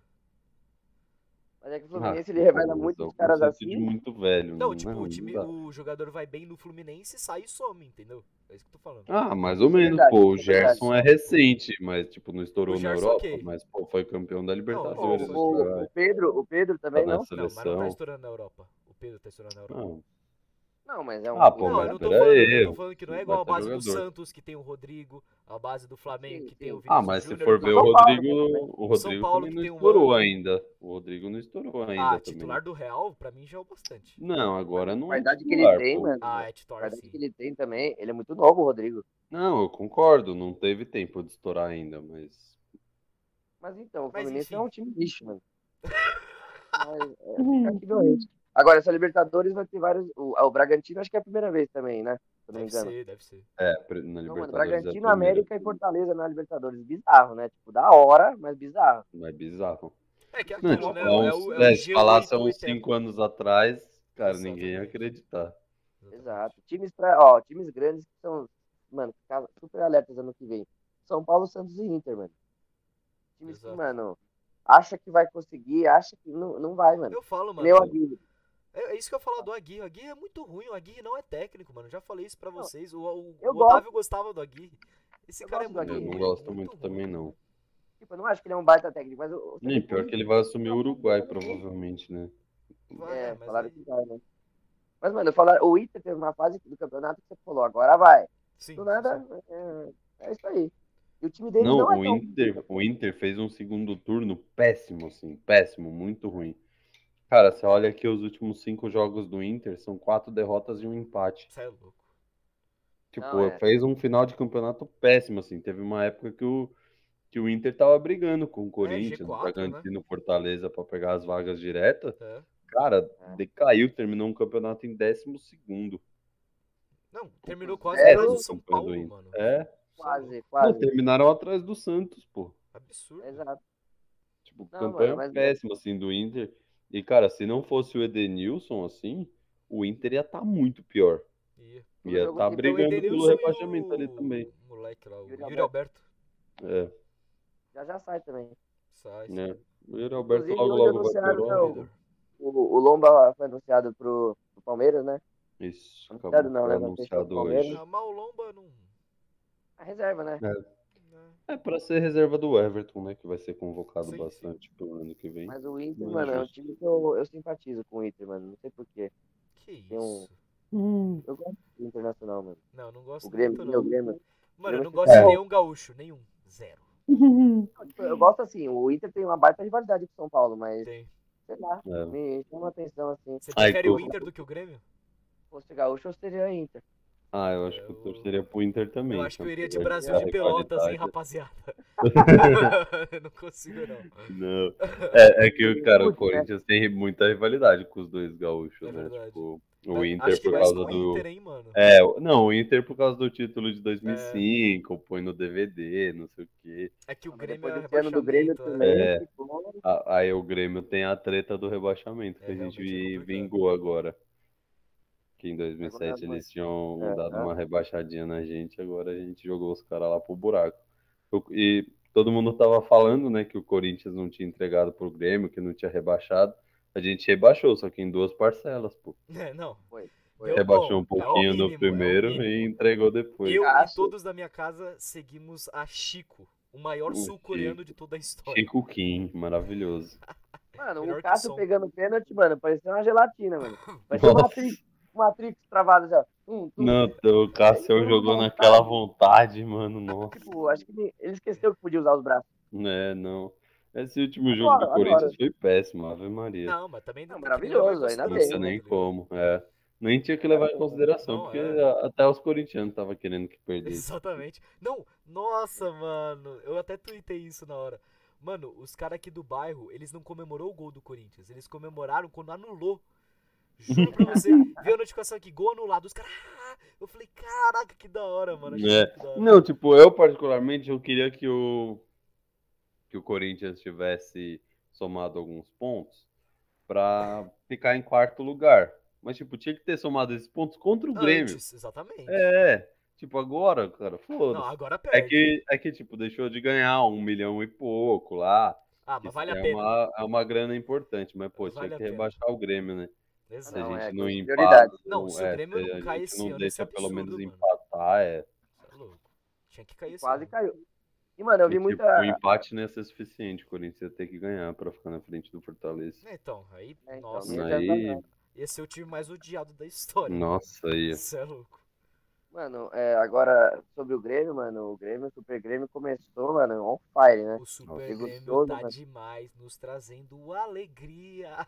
Mas é que o Ah, Fluminense ele revela pô, esse é muitos o caras conceito de assim. muito velho. Não, Não, tipo, não dá. o jogador vai bem no Fluminense, sai e some, entendeu? É isso que eu tô falando. Ah, mais ou Isso é menos, verdade, pô. O isso é verdade. Gerson é Some, pô. recente, mas, tipo, não O estourou na Gerson, Europa, ok. mas, pô, foi campeão da Não, o Libertadores, Gerson, acho que ok. vai. O Pedro Tá também na não? Não, mas não tá seleção. estourando na Europa. O Pedro tá estourando na Europa. Não. Não, mas é um Ah, pô, puta Não, eu mas não jogador. tô pera falando, eu aí, tô falando que não é igual a baita base do jogador. Santos, que tem o Rodrigo, a base do Flamengo, Sim, que tem o sim. Ah, Vinícius mas se Júnior e for O ver tal. São Paulo tem também. O O São Rodrigo Paulo também que não tem o estourou Wanderson. ainda. O Rodrigo não estourou Ah, ainda também. titular do Real, pra mim já é o bastante. Não, Mas agora a não é idade que ele titular, tem, pô. mano. Ah, é A titular idade sim. que ele tem também, ele é muito novo, o Rodrigo. Não, eu concordo, não teve tempo de estourar ainda, mas. Mas então, o Mas Fluminense é enfim. um time lixo, mano. Mas fica aqui no rei. Agora, essa Libertadores vai ter vários. O Bragantino acho que é a primeira vez também, né? Se eu não me Deve engano. ser, deve ser. É, na Não, mano, Libertadores é a Bragantino, primeira. América e Fortaleza na Libertadores. Bizarro, né? Tipo, da hora, mas bizarro. Não é bizarro. É que é Não, aquilo, tipo, né? É o se falasse há G8 uns 5 eterno. anos atrás, cara, ninguém ia Exatamente. acreditar. Exatamente. Exato. Times grandes que são, mano, ficar super alertas ano que vem. São Paulo, Santos e Inter, mano. Times que, Exato. mano, acha que vai conseguir, acha que não vai, mano. Eu falo, Que nem o mano. Aguirre. É isso que eu falo do Aguirre. O Aguirre é muito ruim. O Aguirre não é técnico, mano. Já falei isso pra Não, vocês. eu O gosto, Otávio gostava do Aguirre. Esse eu cara é gosto do muito Eu Aguirre. não ruim, gosto muito muito ruim. também, não. Tipo, eu não acho que ele é um baita técnico, mas você Nem vê que o pior que Inter ele vai assumir o tá Uruguai, jogando bem. provavelmente, né? Mas Falaram aí. que vai, né? Mas, mano, o Inter teve uma fase do campeonato que você falou, agora vai. Do Sim, sim. nada, é isso aí. E o time deles Não, não é tão. O Inter fez um segundo turno péssimo, assim, péssimo, muito ruim. Cara, você olha aqui os últimos 5 jogos do Inter, são 4 derrotas e um empate. Você é louco. Não, Tipo, fez um final de campeonato péssimo, assim. Teve uma época que o Inter tava brigando com o É, Corinthians, o G4, né? Bragantino, Fortaleza pra pegar as vagas diretas. É. Cara, é. decaiu, terminou um campeonato em 12º. Não, terminou Ponto quase atrás do zero, São Campanha do Paulo, Inter. mano. É. Você é louco. quase, Não, quase. terminaram atrás do Santos, pô. Absurdo. Exato. Tipo, Não, mano, campanha mas péssima, assim, do Inter. E, cara, se não fosse o Edenilson, assim, o Inter ia estar muito pior. Ia. no Ia jogo estar que Então, o brigando pelo Edenilson e rebaixamento ali também. o moleque lá, o Yuri Yuri Alberto Alberto. É, já sai também. Sai, sai. né? O Yuri Alberto Inclusive, logo hoje logo vai pra anunciaram, né, Europa. Líder. o Lomba foi anunciado pro Palmeiras, né? Isso, Anunciado acabou, não, foi né? Vai fechar o anunciado Palmeiras. hoje. Ah, mas o Lomba não. A reserva, né? Né? É pra ser reserva do Everton, né? Que vai ser convocado Sim, sim. bastante pro ano que vem. Mas o Inter, Não é mano, é um justo. time que eu simpatizo com o Inter, mano. Não sei porquê. Que Tem um. isso? Eu gosto do Internacional, mano. Não, não O gosto Grêmio, muito, meu não. Grêmio. O Mano, eu Grêmio não é gosto de sensacional. nenhum gaúcho. Nenhum. Zero. Tipo, eu gosto assim, o Inter tem uma baita rivalidade com o São Paulo, mas Tem. sei lá, É. me chama atenção assim. Você Aí, prefere o Inter do que o Grêmio? Se fosse gaúcho, eu seria Inter. eu acho É, que eu torceria pro Inter eu também, acho que eu iria de apesar Brasil da de Pelotas, hein, rivalidade. rapaziada. Eu não consigo, não. Não. É que, cara, o Rude, né? Corinthians tem muita rivalidade com os dois gaúchos, É né? verdade. Tipo, o Mas Inter acho que por mais causa com o do. Inter, hein, mano. Não, o Inter por causa do título de É, 2005, põe no DVD, não sei o quê. é que o Ah, mas Grêmio depois é o desse ano do Grêmio rebaixamento, né? também, É, ficou. aí o Grêmio tem a treta do rebaixamento, que É, a gente realmente é complicado. vingou agora. Que em Agora, 2007 eles tinham dado aham. uma rebaixadinha na gente, agora a gente jogou os caras lá pro buraco. E todo mundo tava falando, né, que o Corinthians não tinha entregado pro Grêmio, que não tinha rebaixado. A gente rebaixou, só que em duas parcelas, pô. É, não. Foi. Foi. Deu Rebaixou bom. um É o pouquinho no mínimo, é o primeiro e mínimo. entregou depois. Eu e Cássio, todos da minha casa seguimos a Chico, o maior O sul-coreano de toda a história. Chico Kim, maravilhoso. mano, o Melhor que Cássio som. pegando pênalti, mano, parecia uma gelatina, mano. Parecia uma Nossa. Matrix travada, assim, ó. Não, o Ele Cassião foi uma jogou naquela vontade. vontade, mano. Nossa. Tipo, acho que ele esqueceu que podia usar os braços. Né, não. Esse último jogo do Adoro, Corinthians adoro. foi péssimo, Ave Maria. Não, mas também Não, tem que levar em maravilhoso, ainda Não tinha bem. consideração, nem tá ligado? como. Nem tinha que Ainda levar em bem. consideração, Não, porque é. até os corintianos estavam querendo que perdesse. Exatamente. Não, nossa, mano. Eu até tuitei isso na hora. Mano, os caras aqui do bairro, eles não comemorou o gol do Corinthians. Eles comemoraram quando anulou. Juro pra você. Veio a notificação aqui, gol anulado. Os caras. Eu falei, caraca, que da hora, mano. Achei É. muito da hora. Não, tipo, eu particularmente eu queria que o Corinthians tivesse somado alguns pontos pra ficar em quarto lugar. Mas, tipo, tinha que ter somado esses pontos contra o Grêmio. Antes, exatamente. Tipo, agora, cara, Não, foda-se. agora É perde. que, é que, tipo, deixou de ganhar 1 milhão e pouco lá. Ah, Que mas vale a é pena. uma grana importante, mas, pô, tinha Vale a que pena. rebaixar o Grêmio, né? Ah, Se a não, Exato. gente é não empata, prioridade. Não, se o se Grêmio não a cai gente esse não ano, ia ser deixa pelo menos absurdo, mano. empatar. Você é louco. Tinha que cair E esse quase ano. caiu. E, mano, eu E, vi tipo, o muita. empate não ia ser suficiente. O Corinthians ia ter que ganhar pra ficar na frente do Fortaleza. Então, aí, Então, não ia nossa, adiantar Aí, nada. ia ser o time mais odiado da história, mano. nossa, aí. Você é louco. Mano, agora sobre o Grêmio, mano, o Super Grêmio começou, mano, on fire, né? O Super Pegou Grêmio todo, tá mano. demais, nos trazendo alegria.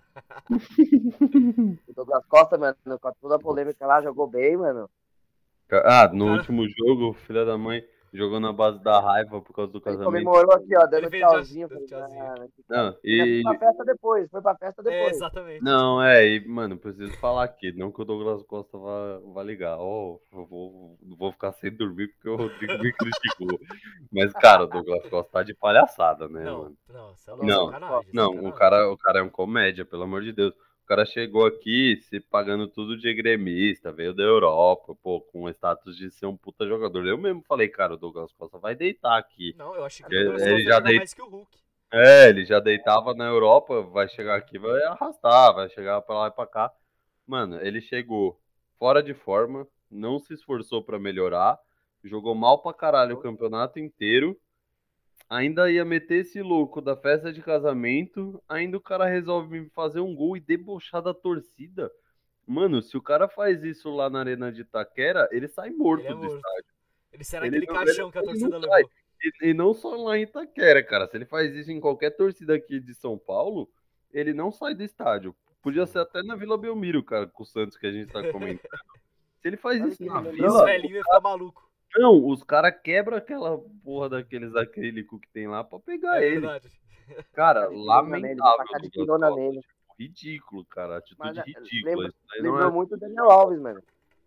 O Douglas Costa, mano, com toda a polêmica lá, jogou bem, mano. O No cara, último jogo, o filho da mãe jogou na base da raiva por causa do Ele casamento. comemorou aqui, ó, ele dando fez tchauzinho. dando Falei, tchauzinho. que cara. Não, Ele foi pra festa depois, É, exatamente. Não, mano, preciso falar aqui, não que o Douglas Costa vá ligar. Ó, eu vou ficar sem dormir porque o Rodrigo me criticou. Mas, cara, o Douglas Costa tá de palhaçada, né, Não, mano? não, você é louco, Douglas Não, sacanagem, Costa. não, sacanagem. o cara é um comédia, pelo amor de Deus. O cara chegou aqui se pagando tudo de gremista, veio da Europa, pô, com o status de ser um puta jogador. Eu mesmo falei, cara, o Douglas Costa vai deitar aqui. Não, eu achei que o Douglas Ele Costa já joga deitou. mais que o Hulk. Ele já deitava na Europa, vai chegar É, aqui, vai arrastar, vai chegar pra lá e pra cá. Mano, ele chegou fora de forma, não se esforçou pra melhorar, jogou mal pra caralho o campeonato inteiro, ainda ia meter esse louco da festa de casamento, ainda o cara resolve fazer um gol e debochar da torcida. Mano, se o cara faz isso lá na Arena de Itaquera, ele sai ele é morto do morto. estádio. Ele sai Ele naquele não, ele, caixão que a ele não torcida sai. levou. E não só lá em Itaquera, cara. Se ele faz isso em qualquer torcida aqui de São Paulo, ele não sai do estádio. Você é Podia ser louco. até na Vila Belmiro, cara, com o Santos que a gente tá comentando. Se ele faz Sabe o isso que na me Os lembrou? Vila, velhinhos iam ficar maluco. não, os caras quebram aquela porra daqueles acrílico que tem lá pra pegar É ele. verdade. Cara, Tacar de pirona nele, vou lamentável tacar do de Douglas pirona Costa. nele. Tipo, ridículo, cara. Mas Atitude ridícula. lembra, Isso daí não lembrou é. muito o Daniel Alves, mano.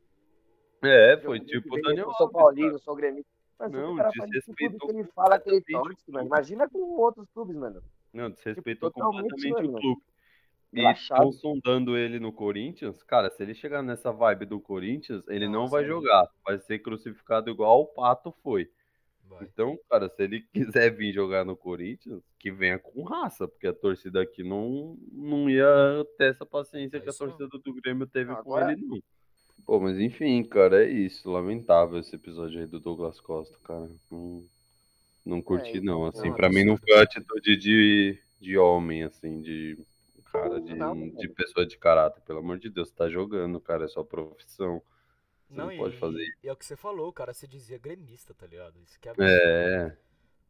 Foi Jogou muito tipo o bem, ele Daniel falou, sou Alves, cara. paulino, sou gremista. Mas só que o Não, cara faz isso tudo que desrespeitou ele fala, que ele completamente o torce, mano. clube. Imagina com outros clubes, mano. Não, Tipo, desrespeitou totalmente, completamente o mano, clube. E estão relaxado. sondando ele no Corinthians. Cara, se ele chegar nessa vibe do Corinthians, ele Não, não você vai é louco. jogar. Vai ser crucificado igual o Pato foi. Vai. Então, cara, se ele quiser vir jogar no Corinthians, que venha com raça, porque a torcida aqui não ia ter essa paciência É que a isso não. torcida do Grêmio teve Não, com agora, ele, não. Pô, mas enfim, cara, é isso. Lamentável esse episódio aí do Douglas Costa, cara. Não curti, não. então, Assim, Não, pra mim não absurdo. foi a atitude de homem, assim, cara, não, de mano. pessoa de caráter. Pelo amor de Deus, tá jogando, cara, é sua profissão. Você Não, não pode fazer e isso. é o que você falou, o cara se dizia gremista, tá ligado? Isso que é absurdo. É.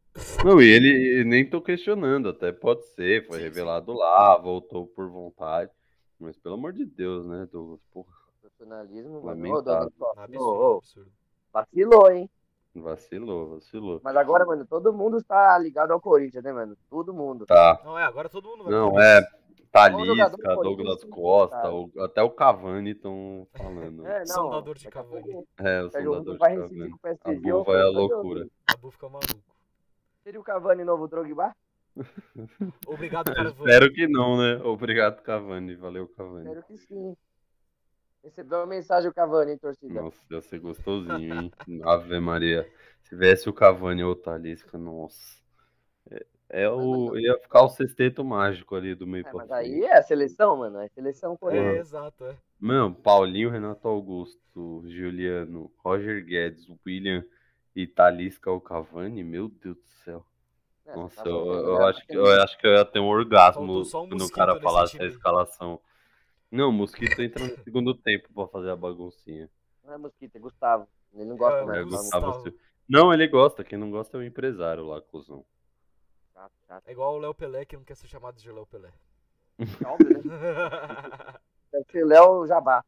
Não, e ele nem tô questionando, até pode ser, foi Sim, sim. revelado lá, voltou por vontade. Mas pelo amor de Deus, né, Douglas? Porra, Profissionalismo, mano. Ô, Douglas lamentável. Costa, Absurdo, ô, ô, absurdo. vacilou, hein? Vacilou, vacilou. Mas agora, mano, todo mundo está ligado ao Corinthians, né, mano? Todo mundo. Tá. Não, agora todo mundo vai pro Não, é Corinthians. Só o jogador do Talisca, Corinthians Douglas tem que Costa, gostar. até o Cavani estão falando. É, não. Sondador de Daqui a Cavani. pouco É, o o Sérgio Ramos sondador de vai reincidir Cavani. com o A PSG. Bu Eu vai à falei, meu Deus, loucura. A Bu fica maluco. seria o Cavani novo Drogba? Obrigado, Caravani. Espero que não, né? Obrigado, Cavani. Valeu, Cavani. Espero que sim. Recebeu uma mensagem o Cavani, hein, torcida? Nossa, ia ser gostosinho, hein? Ave Maria. Se tivesse o Cavani ou o Talisca, nossa. Mas, mano, Ia ficar o sexteto mágico ali do meio pra mas aí frente. é a seleção, mano. É a seleção É, Corinthians. exato, é. Mano, Paulinho, Renato Augusto, Juliano, Roger Guedes, William e Talisca ou Cavani, meu Deus do céu. É, você Nossa, tá faltando já. eu acho que eu ia ter um Faltou orgasmo só um quando o cara mosquito nesse falasse a time. escalação. Não, o Mosquito entra no segundo tempo pra fazer a baguncinha. Não é Mosquito, é Gustavo. Ele não É, gosta o mais É, de falar Gustavo Gustavo. Silva. Não, ele gosta. Quem não gosta é o empresário lá, cuzão. chato, chato. É igual o Léo Pelé que não quer ser chamado de Léo Pelé. É óbvio, né? Deve ser Léo Jabá.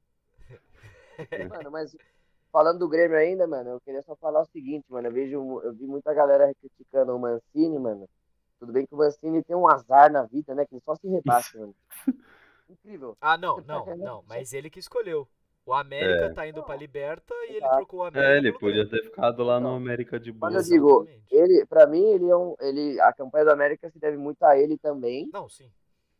Mano, mas falando do Grêmio ainda, mano, eu queria só falar o seguinte, mano. Eu vi muita galera criticando o Mancini, mano. Tudo bem que o Mancini tem um azar na vida, né? Que ele só se rebaixa, mano. Incrível. Ah, não, Você tá não, querendo? não. Mas ele que escolheu. O América É, tá indo pra Não, Liberta e ele exato. trocou o é, América ele pelo podia Grêmio. ter ficado lá no Então, América de mas eu boa. digo, Exatamente. ele, pra mim, a campanha do América se deve muito a ele também. Não, sim.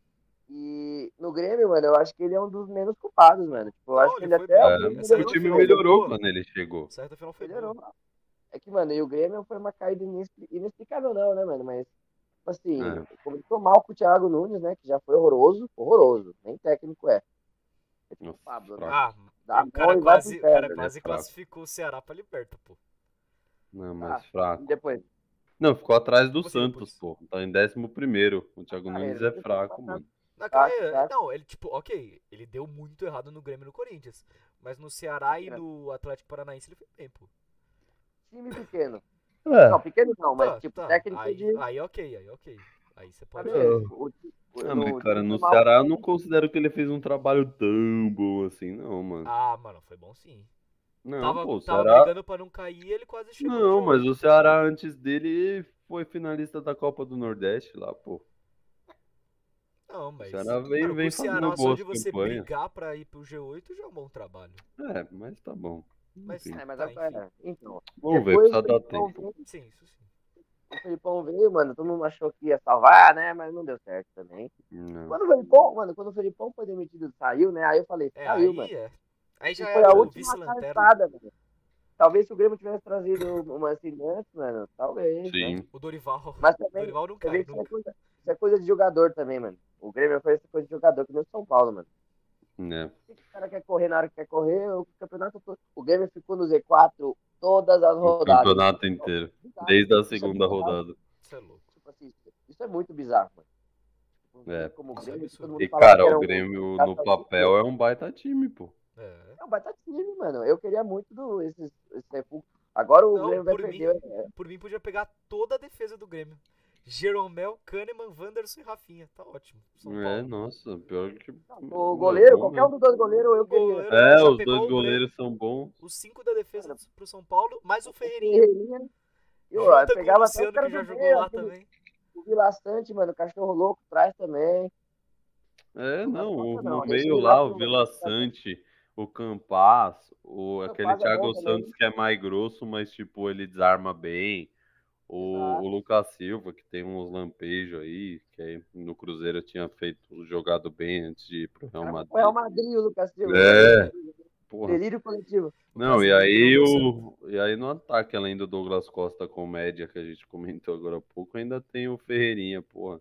E no Grêmio, mano, eu acho que ele é um dos menos culpados, mano. Tipo, eu acho Não, que ele ele foi até o bem. É, Grêmio Essa o melhorou reta time com final ele. foi melhorou boa. quando ele chegou. Essa reta final foi boa. Melhorou. É que, mano, e o Grêmio foi uma caída inexplicável, não, né, mano? Mas, tipo assim, É, começou mal com o Thiago Nunes, né? Que já foi horroroso, horroroso. Nem técnico é. É tipo o nossa, Pablo, né? fraco. Ah, Dá a o mão cara e vai pro quase, o cara inferno. Ele é quase fraco. classificou o Ceará pra Liberta, pô. Não, mas Tá. E fraco. depois, Não, ficou atrás do Como assim Santos, depois? pô. Tá em 11º. O na Thiago Nunes carreira, é não precisa fraco, mais nada. mano. Na Fraco, carreira, fraco. não, ele tipo, ok, ele deu muito errado no Grêmio e no Corinthians. Mas no Ceará e no Atlético Paranaense ele foi bem, pô. Time pequeno. Não, É. pequeno não, mas Tá, tipo, tá. técnico de. Aí ok, aí ok. Aí você Mas pode. beleza. Ah, mas No cara, time no foi mal. Ceará eu não considero que ele fez um trabalho tão bom assim, não, mano. Ah, mano, foi bom sim. Não, Tava, pô, o tava Ceará. brigando pra não cair e ele quase chegou no Não, mas G8, o pô. Ceará antes dele foi finalista da Copa do Nordeste lá, pô. Não, O mas. Ceará Mano, pro vem fazendo Ceará, só boas de você campanhas. brigar pra ir pro G8 já é um bom trabalho. É, mas tá bom. Mas Enfim. É, mas tá, enfim. então. Vamos ver, Depois precisa dar tempo. Sim, isso sim. O Felipão veio, mano. Todo mundo achou que ia salvar, né? Mas não deu certo também. Não. Quando o Felipão, mano, quando o Felipão foi demitido, saiu, né? Aí eu falei, É, saiu, mano. aí é. Aí E já foi era a o última vice-lanterna. cartada, mano. Talvez se o Grêmio tivesse trazido o Mancini antes, mano, talvez, né? Sim, O Dorival. Mas O também, Dorival não você vê cai que nunca. isso é coisa de jogador também, mano. O Grêmio foi essa coisa de jogador, que nem o São Paulo, mano. né? O cara quer correr na hora que quer correr, o campeonato todo. O Grêmio ficou no Z4 todas as O rodadas. Isso campeonato inteiro. é bizarro. Desde a Isso é segunda bizarro. rodada. Isso é louco. Tipo assim, isso é muito bizarro, mano. Tipo, um time É. como o Isso é Grêmio, que todo absurdo. mundo E, falava que cara, o era um Grêmio no caça-níquel. papel é um baita time, pô. É. É um baita time, mano. Eu queria muito esse refúgio. Agora o Não, Grêmio vai perder. por mim podia pegar toda a defesa do Grêmio. Jeromel, Kahneman, Wanderson e Rafinha. Tá ótimo. São É, Paulo. nossa, pior que. O Meu, goleiro, bom qualquer um mesmo. dos dois goleiros eu O queria. goleiro É, já os dois pegou o Breno. goleiros são bons. Os 5 da defesa Mano, pro São Paulo, mais o o Ferreirinha. Ferreirinha. Eu Junta com o pegava até os Luciano, que caras já do jogou meio, lá aquele, também. o Vila Sante, mano, o cachorro louco traz também. É, Douglas não, Costa no não, deixa meio ele lá lá, o pro Vila Sante, o Campas, aquele Campaz é bom Thiago também. Santos que é mais grosso, mas tipo, ele desarma bem. O Exato. Lucas Silva, que tem uns lampejos aí, que aí no Cruzeiro tinha jogado bem antes de ir pro O Real cara foi pro Real Madrid. Madrid, o Lucas Silva, mano. É, porra. Delírio coletivo. O Não, Casimiro que não deu certo. e aí no ataque, além do Douglas Costa comédia que a gente comentou agora há pouco, ainda tem o Ferreirinha, porra.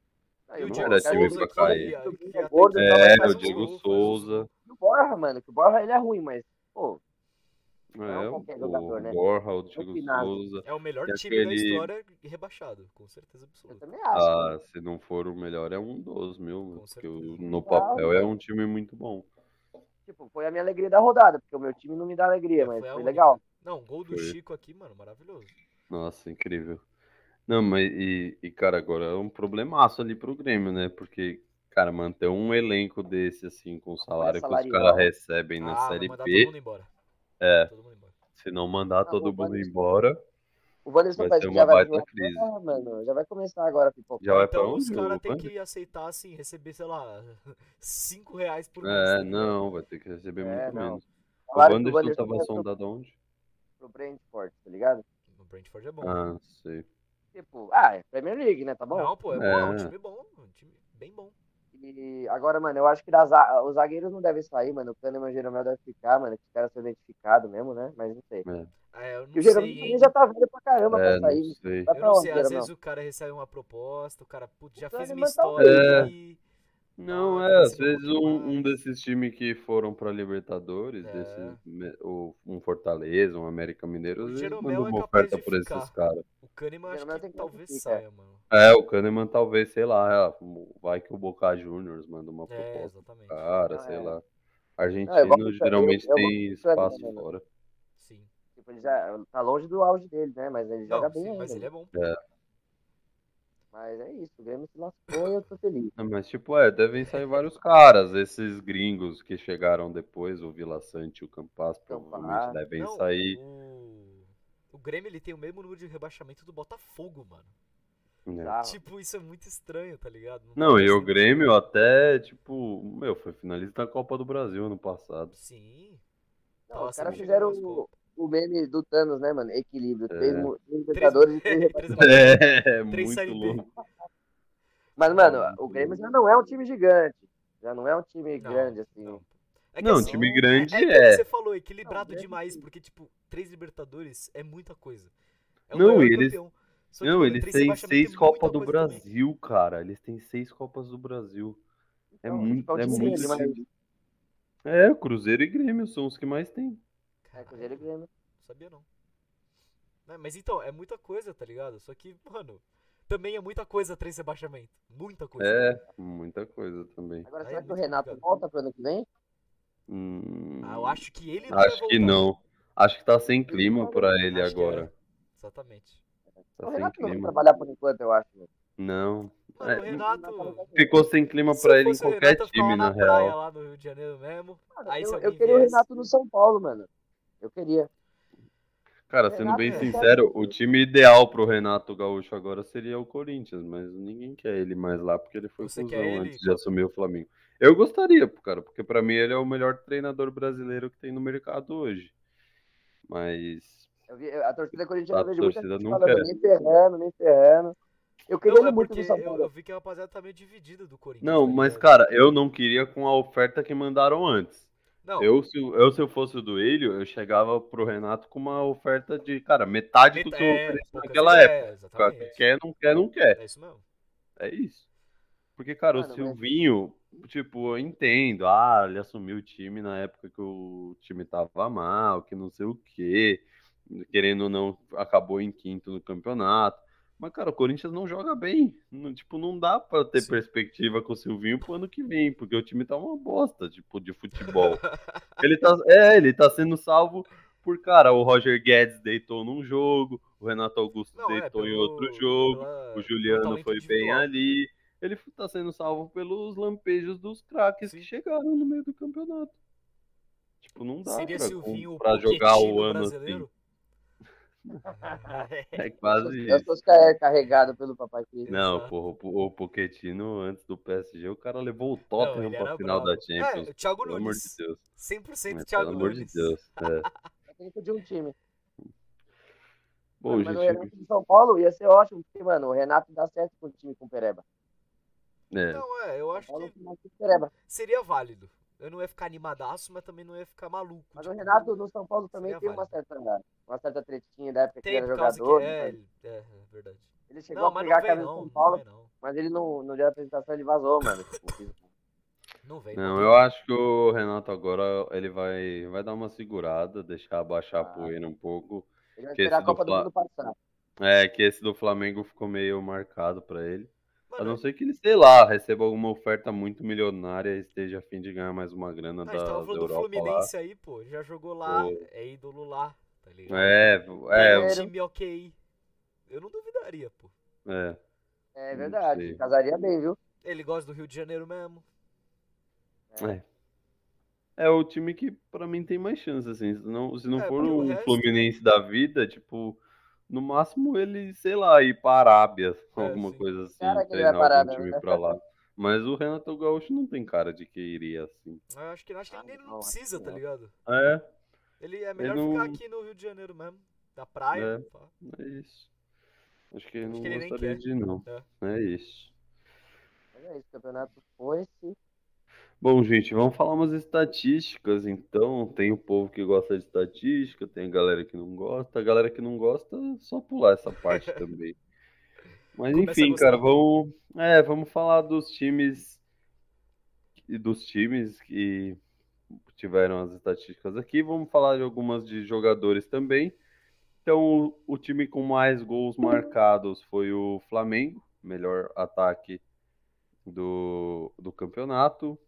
E Aí, o Não Diego era time Souza, pra cair. que até gordo, que então, mas É, faz o uns faz Diego gols. gol, faz uns Souza. gols. E o Borja, mano, que o Borja ele é ruim, mas, pô, não é um É, qualquer o jogador, né? Borja, o É o Diego Finazzi. Souza. É o melhor E time da aquele. história e rebaixado, com certeza Eu absoluta. também acho, mano. Ah, se não for o melhor, é um dos, meu. Com Porque certeza. no Não, papel é mano. um time muito bom. Tipo, foi a minha alegria da rodada, porque o meu time não me dá alegria, É, mas foi a foi única. legal. Não, gol do Foi. Chico aqui, mano, maravilhoso. Nossa, incrível. Não, mas cara, agora é um problemaço ali pro Grêmio, né? Porque, cara, manter um elenco desse, assim, com o Folha salário que os caras salarial. recebem na Ah, vai Série mandar todo B, mundo embora. é, Todo mundo embora. se não mandar Não, todo mundo embora, o Wanderson vai parece ser que já uma vai vir baita lá, crise. mano. Já vai começar agora a Já Ou pipocar. vai pra então os onde, caras o têm Wander? que aceitar, assim, receber, sei lá, R$ 5 por mês, É, tá ligado? não, vai ter que receber É, muito não. menos. O Falaram que o Wanderson Wanderson tava vai sondado aonde? pro Brentford, tá ligado? O Brentford é bom. Ah, sei. Tipo, é Premier League, né? Tá bom. Não, pô, é bom, é um É, time bom, um time bem bom. E agora, mano, eu acho que os zagueiros não devem sair, mano. O Kahneman e o Jeromel devem ficar, mano. Que os caras são identificados mesmo, né? Mas não sei. é, É, eu E não o Jeromel sei, também hein? já tá velho pra caramba pra não sair. sei. Vai Eu pra não onde, sei, às vezes Jeromel? o cara recebe uma proposta, o cara, putz, O já fiz minha Kahneman história talvez, né? É, aqui, não, pá, queria às receber um vezes pouquinho um mais. desses times que foram pra Libertadores, É. um Fortaleza, um América Mineiro, O às vezes manda Jeromel é uma capaz oferta de por esses ficar. caras. O Kahneman O acho Jeromel que tem que talvez que fica. saia, mano. É, o Kahneman talvez, sei lá, vai que o Boca Juniors manda uma É, proposta pro exatamente. cara, Não, sei é. lá. Não, eu Argentino gosto, geralmente eu gosto tem do Kahneman, espaço mano. fora. Sim. Tipo, ele já tá longe do auge dele, né? Mas ele joga Não, bem sim, mas ainda, ele mano. é bom, pô. É, Mas é isso, o Grêmio se lascou e eu tô feliz. mas tipo, devem sair vários caras, esses gringos que chegaram depois, o Vila Sante e o Campas, Então, provavelmente pá, devem Não, sair. o Grêmio ele tem o mesmo número de rebaixamento do Botafogo, mano. Né? bizarro. Tipo, isso é muito estranho, tá ligado? Não Não, e faz o nenhum sentido. Grêmio até, tipo, meu, foi finalista da Copa do Brasil ano passado. Sim, Não, tava os sempre caras chegando fizeram nas Copas. o meme do Thanos, né, mano? Equilíbrio. É, Três Três, Libertadores e três três rebaixamentos. rebaixamentos. é Três muito Série B. louco. Mas, É mano, o muito Grêmio louco. já não é um time gigante. Já não é um time Não, grande, assim. não. É que Não, assim, time Então, grande é que nem é. você falou, não, equilibrado grande demais, sim. porque, tipo, 3 Libertadores é muita coisa. É o Não, maior e eles. campeão. Só que, Não, mano, eles 3 têm rebaixamento é seis Copas muita do coisa também. Brasil, cara. Eles têm 6 Copas do Brasil. Então, tipo, é um É time muito grande, mas time. É, Cruzeiro e Grêmio são os que mais tem. é Caralho, Cruzeiro e mano. Grêmio. Sabia não. Mas então, é muita coisa, tá ligado? Só que, mano, também é muita coisa 3 rebaixamento. Muita coisa. É, muita coisa também. Agora, Aí é será que o muito Renato complicado. volta pro ano que vem? Ah, eu Hum, acho que ele não vai acho que voltar. não. Acho que tá sem Ele não clima vai pra voltar. ele Acho que é. agora. Exatamente. Tá O sem Renato não vai clima. trabalhar por enquanto, eu acho, mano. Não. Mano, o Acho que o Renato Renato. não vai vir. Ficou sem clima Se eu pra ele em fosse o qualquer Renato, eu ficava time, na na praia real. lá no Rio de Janeiro mesmo. Mano, Aí se eu alguém queria o viesse. Renato no São Paulo, mano. Eu queria. O Cara, sendo Renato, bem É. sincero, o time ideal pro Renato Gaúcho agora seria o Corinthians, mas ninguém quer ele mais lá porque ele foi Você quer cuzão ele? antes de assumir o Flamengo. Eu gostaria, cara, porque pra mim ele é o melhor treinador brasileiro que tem no mercado hoje. Mas A torcida corintiana a eu vejo muita torcida gente não falando, quer. nem ferrando, nem ferrando. Eu queria Não, ele é muito porque no São eu Paulo. vi que a rapaziada tá meio dividida do Corinthians, Não, tá mas, ligado? cara, eu não queria com a oferta que mandaram antes. Não, Se eu fosse o Duílio, eu chegava pro Renato com uma oferta de, cara, metade do que eu ofereci poucas naquela época. ideias, O cara exatamente. quer, não quer, não quer. É isso mesmo. É isso. Porque, cara, o Mano, mas Silvinho, tipo, eu entendo. Ele assumiu o time na época que o time tava mal, que não sei o quê. Querendo ou não, acabou em quinto no campeonato. Mas, cara, o Corinthians não joga bem. Tipo, não dá pra ter Sim. perspectiva com o Silvinho pro ano que vem, porque o time tá uma bosta, tipo, de futebol. Ele tá sendo salvo por, cara, o Roger Guedes deitou num jogo, o Renato Augusto Não, é deitou em outro jogo, o pelo Juliano talento foi bem individual. ali. Ele tá sendo salvo pelos lampejos dos craques que Sim. chegaram no meio do campeonato. Tipo, não dá Seria Silvinho o pra jogar o Pochettino ano assim. brasileiro? É eu quase sou isso. carregado pelo Papai Cris. Não, Exato. porra, o Pochettino antes do PSG, o cara levou o Não, Tottenham ele pra era final da brabo. Champions. O Thiago Pelo amor de Nunes. Deus. 100% Pelo Thiago amor de Nunes. Deus. É. Técnico de um time. Bom, Mano, mas o gente. Renato de São Paulo ia ser ótimo, porque, mano, o Renato dá certo com o time com o Pereba. É. Não, eu São acho Paulo que com o Pereba. seria válido. Eu não ia ficar animadaço, mas também não ia ficar maluco. Mas o Tipo, Renato no São Paulo também seria tem válido. uma certa tretinha da época que ele Tem, era por causa que. jogador, né? É verdade. Ele chegou Não, a mas pegar não a vem camisa do não. São Não Paulo, vem não. mas ele no dia da apresentação ele vazou, mano. Tipo, Não vem, não Não, tem eu como. acho que o Renato agora ele vai dar uma segurada, deixar abaixar a ah, poeira um pouco. ele vai Que esperar esse a do Copa do Mundo passar. Que esse do Flamengo ficou meio marcado pra ele. A Mano, não ser que ele, sei lá, receba alguma oferta muito milionária e esteja a fim de ganhar mais uma grana a gente tava da falando do Europa lá. Fluminense aí, pô. Já jogou lá, Ou- é ídolo lá, tá ligado? É, Tem um é, Dinheiro. time ok. Eu não duvidaria, pô. É, É não verdade, sei. casaria bem, viu? Ele gosta do Rio de Janeiro mesmo. É. É o time que pra mim tem mais chance, assim. Se não É, for porque o um resto. Fluminense da vida, tipo, no máximo ele, sei lá, ir pra Arábia, É, alguma sim. coisa assim, Cara que ele vai treinar parar, algum né? time pra lá. Mas o Renato Gaúcho não tem cara de que iria assim. Eu acho que Ah, ele não não, acho precisa, que tá não. ligado? É, Ele é ele melhor ficar não. aqui no Rio de Janeiro mesmo. Da praia. É, Pá. é isso. Acho que ele Acho não que ele nem gostaria quer. de ir, não. É. É isso. Mas é isso, o campeonato foi-se. Bom, gente, vamos falar umas estatísticas, então. Tem o povo que gosta de estatística, tem a galera que não gosta. A galera que não gosta, só pular essa parte também. Mas Começa a enfim, cara, gostar. vamos falar dos times que tiveram as estatísticas aqui. Vamos falar de algumas de jogadores também. Então, o time com mais gols marcados foi o Flamengo, melhor ataque do campeonato.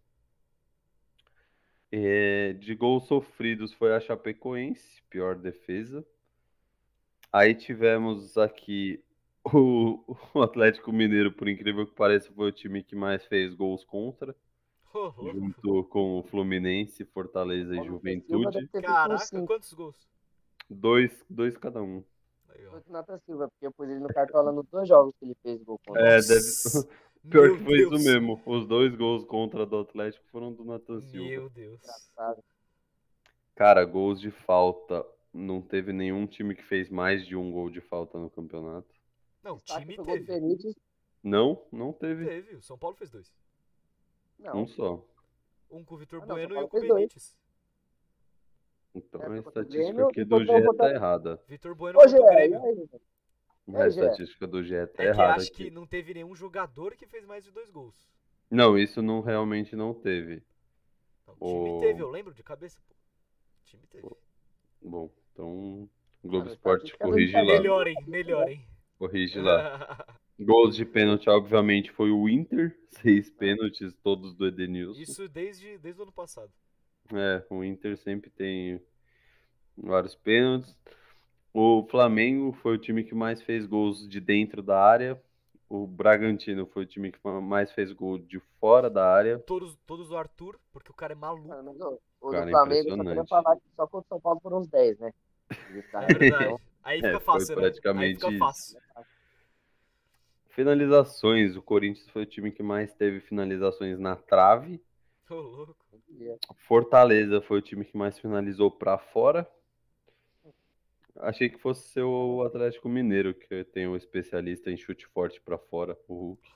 De gols sofridos foi a Chapecoense, pior defesa. Aí tivemos aqui o Atlético Mineiro, por incrível que pareça, foi o time que mais fez gols contra, Ô, louco. junto com o Fluminense, Fortaleza e O Lucas Silva deve Juventude. ter feito uns Caraca, 5. quantos gols? Dois cada um. Aí, ó. Foi o Nathan Silva, porque eu pus ele no cartola nos 2 jogos que ele fez gol contra. Deve. Nossa. Pior Meu que foi isso Deus. mesmo. Os 2 gols contra do Atlético foram do Nathan Silva. Meu Deus. Engraçado. Cara, gols de falta. Não teve nenhum time que fez mais de um gol de falta no campeonato. Não, Destaque time pro gol do teve. Benítez. Não teve. Teve. O São Paulo fez 2. Um Não. só. Um com o Vitor Ah, não, São Bueno e Paulo um com o fez 2. Benítez. Então É, a foi contra o estatística Grêmio aqui e do contra o GE tá Fortaleza. errada. Vitor Bueno Ô, Gé, contra o e Grêmio. aí? E A aí, Gé? estatística do GE tá É que errada acho que aqui. não teve nenhum jogador que fez mais de 2 gols. Não, isso não realmente não teve. Não, time teve, O... eu lembro de cabeça, pô. Time teve. Bom, então o Globo Mano, Esporte estatística do corrige lá. Melhorem, melhorem. Corrige lá. Gols de pênalti, obviamente, foi o Inter. 6 pênaltis, todos do Edenilson. Isso desde o ano passado. O Inter sempre tem vários pênaltis. O Flamengo foi o time que mais fez gols de dentro da área. O Bragantino foi o time que mais fez gol de fora da área. Todos do Arthur, porque o cara é maluco. Mano, mas o do Cara, Flamengo, eu só queria impressionante. falar que só contra o São Paulo foram uns 10, né? É verdade. Aí fica Foi fácil, né? Aí praticamente fica fácil. finalizações. O Corinthians foi o time que mais teve finalizações na trave. Ô, louco. Fortaleza foi o time que mais finalizou pra fora. Achei que fosse ser o Atlético Mineiro, que tem um especialista em chute forte pra fora, o Hulk.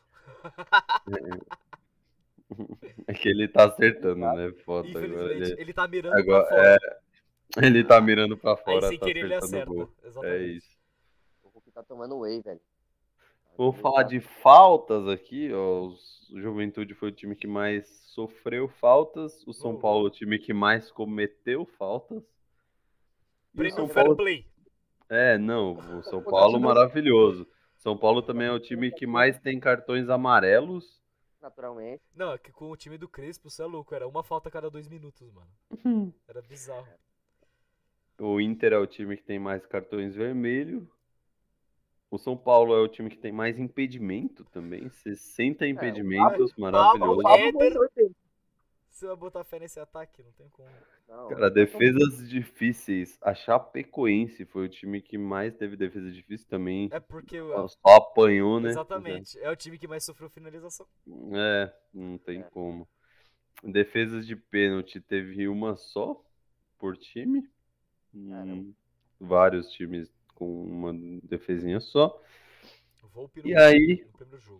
É que ele tá acertando, né? Foda. Infelizmente, ele tá mirando Agora, pra fora. ele tá mirando pra Aí fora, sem tá querer ele acertando o acerta. gol. É Exatamente. isso. O Hulk tá tomando whey, velho. Vou falar de faltas aqui, ó. O Juventude foi o time que mais sofreu faltas. O São Paulo, o time que mais cometeu faltas. E o Prêmio São Fair Paulo. Play. Não, o São Paulo maravilhoso. São Paulo também é o time que mais tem cartões amarelos. Naturalmente. Não, é que com o time do Crespo, você é louco. Era uma falta a cada 2 minutos, mano. Era bizarro. O Inter é o time que tem mais cartões vermelhos. O São Paulo é o time que tem mais impedimento também. 60 impedimentos, maravilhoso. Você vai botar fé nesse ataque? Não tem como. Não, Cara, defesas difíceis. A Chapecoense foi o time que mais teve defesa difícil também. É porque. Só apanhou, né? Exatamente. É o time que mais sofreu finalização. Não tem como. Defesas de pênalti teve uma só por time. Vários times com uma defesinha só. Volpe E aí, no primeiro jogo.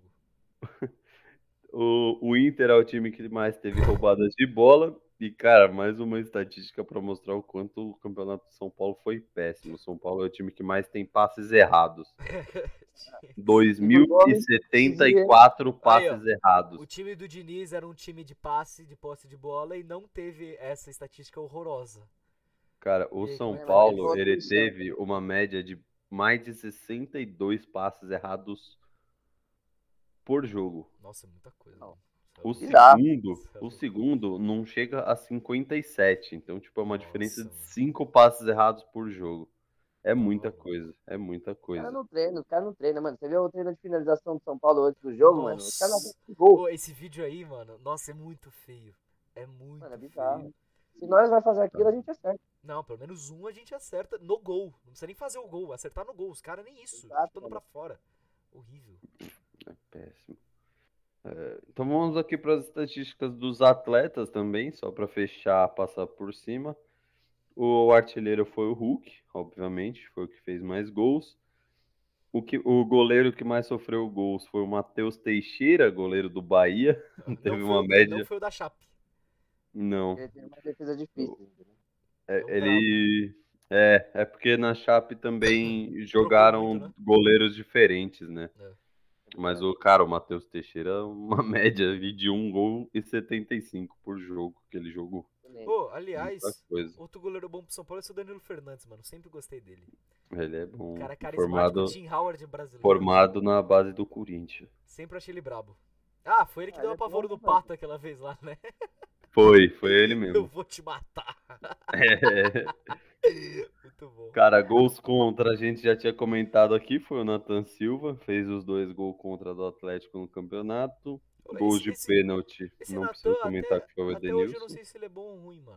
o Inter é o time que mais teve roubadas de bola. E, cara, mais uma estatística para mostrar o quanto o campeonato de São Paulo foi péssimo. O São Paulo é o time que mais tem passes errados. 2.074 passes errados. O time do Diniz era um time de passe, de posse de bola, e não teve essa estatística horrorosa. Cara, o São Paulo, ele teve uma média de mais de 62 passes errados por jogo. Nossa, é muita coisa. O segundo não chega a 57. Então, tipo, é uma diferença de 5 passes errados por jogo. É Tá muita maluco. coisa, é muita coisa. Os caras não treinam, mano. Você viu o treino de finalização do São Paulo antes do jogo, mano? Os caras não Nossa. fazem gol. Ô, esse vídeo aí, mano, nossa, é muito feio. É Mano, é muito feio. bizarro. Se nós vai fazer aquilo, a gente acerta. Não, pelo menos um a gente acerta no gol. Não precisa nem fazer o gol, acertar no gol. Os caras nem isso, Exato, chutando pra mano. fora. Horrível. É péssimo. Então vamos aqui para as estatísticas dos atletas também, só para fechar, passar por cima. O artilheiro foi o Hulk, obviamente, foi o que fez mais gols. O goleiro que mais sofreu gols foi o Matheus Teixeira, goleiro do Bahia. Não Teve foi uma não média. foi o da Chape. Não. Ele tem uma defesa difícil, entendeu? É um brabo. Ele. É porque na Chape também Trocou muito, jogaram né? goleiros diferentes, né? É. Mas o Matheus Teixeira, uma média ali de 1 gol e 75 por jogo que ele jogou. Excelente. Ô, Muita aliás, coisa. outro goleiro bom pro São Paulo é o Danilo Fernandes, mano. Sempre gostei dele. Ele é bom. Cara carismático, Formado, Tim Howard brasileiro. formado na base do Corinthians. Sempre achei ele brabo. Ah, foi ele que deu Ele a é bom, pavoro do né, mano? Pato aquela vez lá, né? Foi ele Eu mesmo. vou te matar. É. Muito bom. Cara, gols contra, a gente já tinha comentado aqui, foi o Nathan Silva, fez os 2 gols contra do Atlético no campeonato. Gols Esse, de esse, pênalti, esse não preciso Natan, comentar que foi o até hoje eu não Edenilson. sei se ele é bom ou ruim, mano.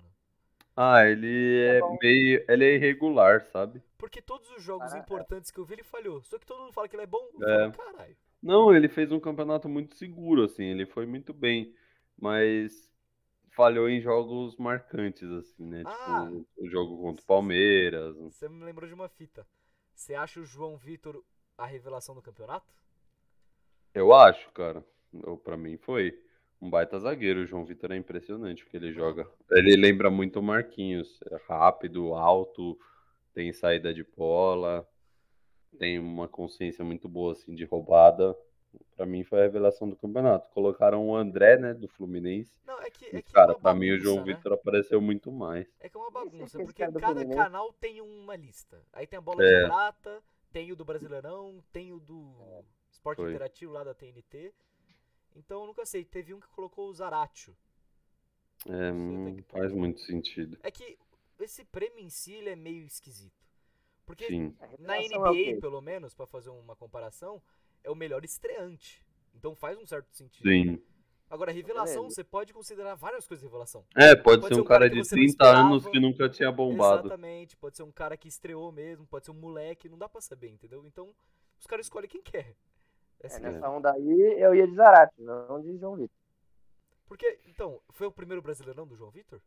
Ele É é bom. ele é irregular, sabe? Porque todos os jogos Cara, importantes que eu vi, ele falhou. Só que todo mundo fala que ele é bom, eu falo, É. caralho. Não, ele fez um campeonato muito seguro, assim, ele foi muito bem, mas falhou em jogos marcantes, assim, né? Ah, Tipo, o jogo contra o Palmeiras. você me lembrou de uma fita. Você acha o João Vitor a revelação do campeonato? Eu acho, cara. Pra mim foi um baita zagueiro. O João Vitor é impressionante o que ele Não. joga. Ele lembra muito o Marquinhos. É rápido, alto, tem saída de bola, tem uma consciência muito boa assim de roubada. Pra mim foi a revelação do campeonato. Colocaram o André, né, do Fluminense. Não, Mas, que é cara, uma pra mim o João bagunça, né? Vitor apareceu muito mais. É que é uma nem sei bagunça, que esse porque cara do cada Fluminense. canal tem uma lista. Aí tem a Bola de É, Prata, tem o do Brasileirão, tem o do Esporte foi. Interativo lá da TNT. Então eu nunca sei. Teve um que colocou o Zaratio. É, Não sei até que faz ponto. muito sentido. É que esse prêmio em si ele é meio esquisito. Porque Sim, A na revelação é o NBA, quê? pelo menos, pra fazer uma comparação, é o melhor estreante. Então faz um certo sentido. sim. Agora, revelação, Beleza. você pode considerar várias coisas de revelação. Pode Pode ser ser um um cara cara que de você não 30 anos esperava. que nunca tinha bombado. Exatamente. Pode ser um cara que estreou mesmo, pode ser um moleque, não dá pra saber, entendeu? Então, os caras escolhem quem quer. É assim. Nessa onda aí, eu ia de Zarate, não de João Vitor. Porque, então, foi o primeiro brasileirão do João Vitor?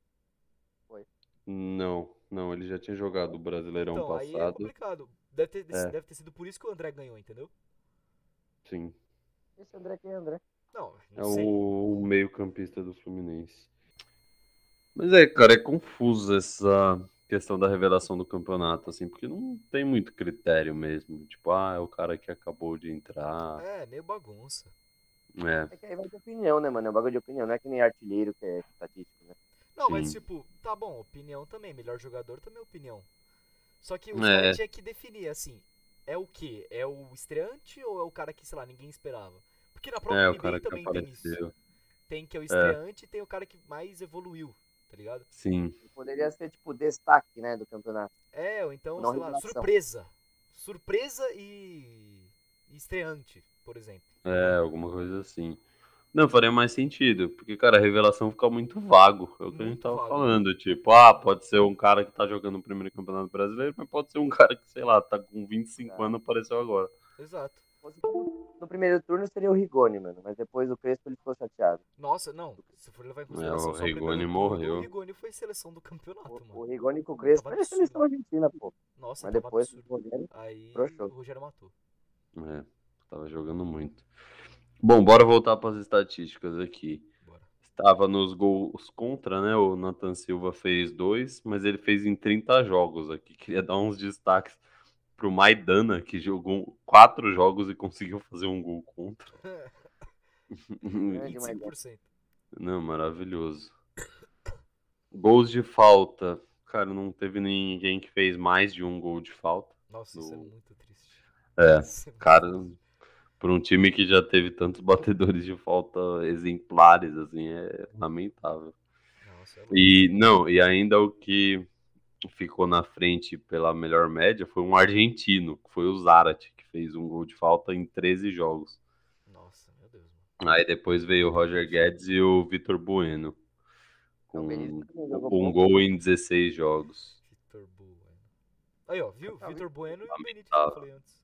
Não, ele já tinha jogado o Brasileirão Então, aí é passado. complicado. É, Deve ter sido por isso que o André ganhou, entendeu? sim. Esse André quem é André? Não, É não sei. o meio-campista do Fluminense. Mas cara, é confuso essa questão da revelação do campeonato, assim, porque não tem muito critério mesmo. Tipo, é o cara que acabou de entrar. É, meio bagunça. É, É que aí vai de opinião, né, mano? É um bagulho de opinião, não é que nem artilheiro que é estatístico, né? Não, mas sim. tipo, tá bom, opinião também. Melhor jogador também é opinião. Só que os caras É, tinham que definir, assim, é o quê? É o estreante ou é o cara que, sei lá, ninguém esperava? Porque na própria o cara NBA que também tem isso. apareceu. Tem que é o É, estreante e tem o cara que mais evoluiu, tá ligado? sim. E poderia ser, tipo, destaque, né, do campeonato. É, ou então, Não sei lá, revelação. surpresa. Surpresa e estreante, por exemplo. Alguma coisa assim. Não, faria mais sentido, porque, cara, a revelação fica muito vago. É o que a gente Muito tava vago. falando. Tipo, pode ser um cara que tá jogando o primeiro campeonato brasileiro, mas pode ser um cara que, sei lá, tá com 25 Tá? anos e apareceu agora. Exato. Se fosse no primeiro turno seria o Rigoni, mano. Mas depois do Crespo ele ficou chateado. Nossa, não. Se for levar em O consideração só o primeiro Rigoni turno, o morreu. Rigoni foi seleção do campeonato, O mano. Rigoni com o Tava Crespo é absurdo. seleção argentina, pô. Nossa, Mas tava depois absurdo. o Rogério Aí broxou. o Rogério matou. Tava jogando muito. Bom, bora voltar para as estatísticas aqui. Bora. Estava nos gols contra, né? O Nathan Silva fez 2, mas ele fez em 30 jogos aqui. Queria dar uns destaques pro Maidana, que jogou 4 jogos e conseguiu fazer um gol contra. Grande, mas 25%. Não, maravilhoso. Gols de falta. Cara, não teve ninguém que fez mais de um gol de falta. Nossa, isso é muito triste. É, Isso é muito cara, triste. para um time que já teve tantos batedores de falta exemplares, assim, é lamentável. Nossa, é louco. E ainda ficou na frente pela melhor média foi um argentino, que foi o Zarate, que fez um gol de falta em 13 jogos. Nossa, meu Deus, mano. Aí depois veio o Roger Guedes e o Vitor Bueno, O Benítez com também jogou um pouco. gol em 16 jogos. Vitor Bueno. Aí, ó, viu? Vitor Bueno e o Benítez que eu Lamentável. falei antes.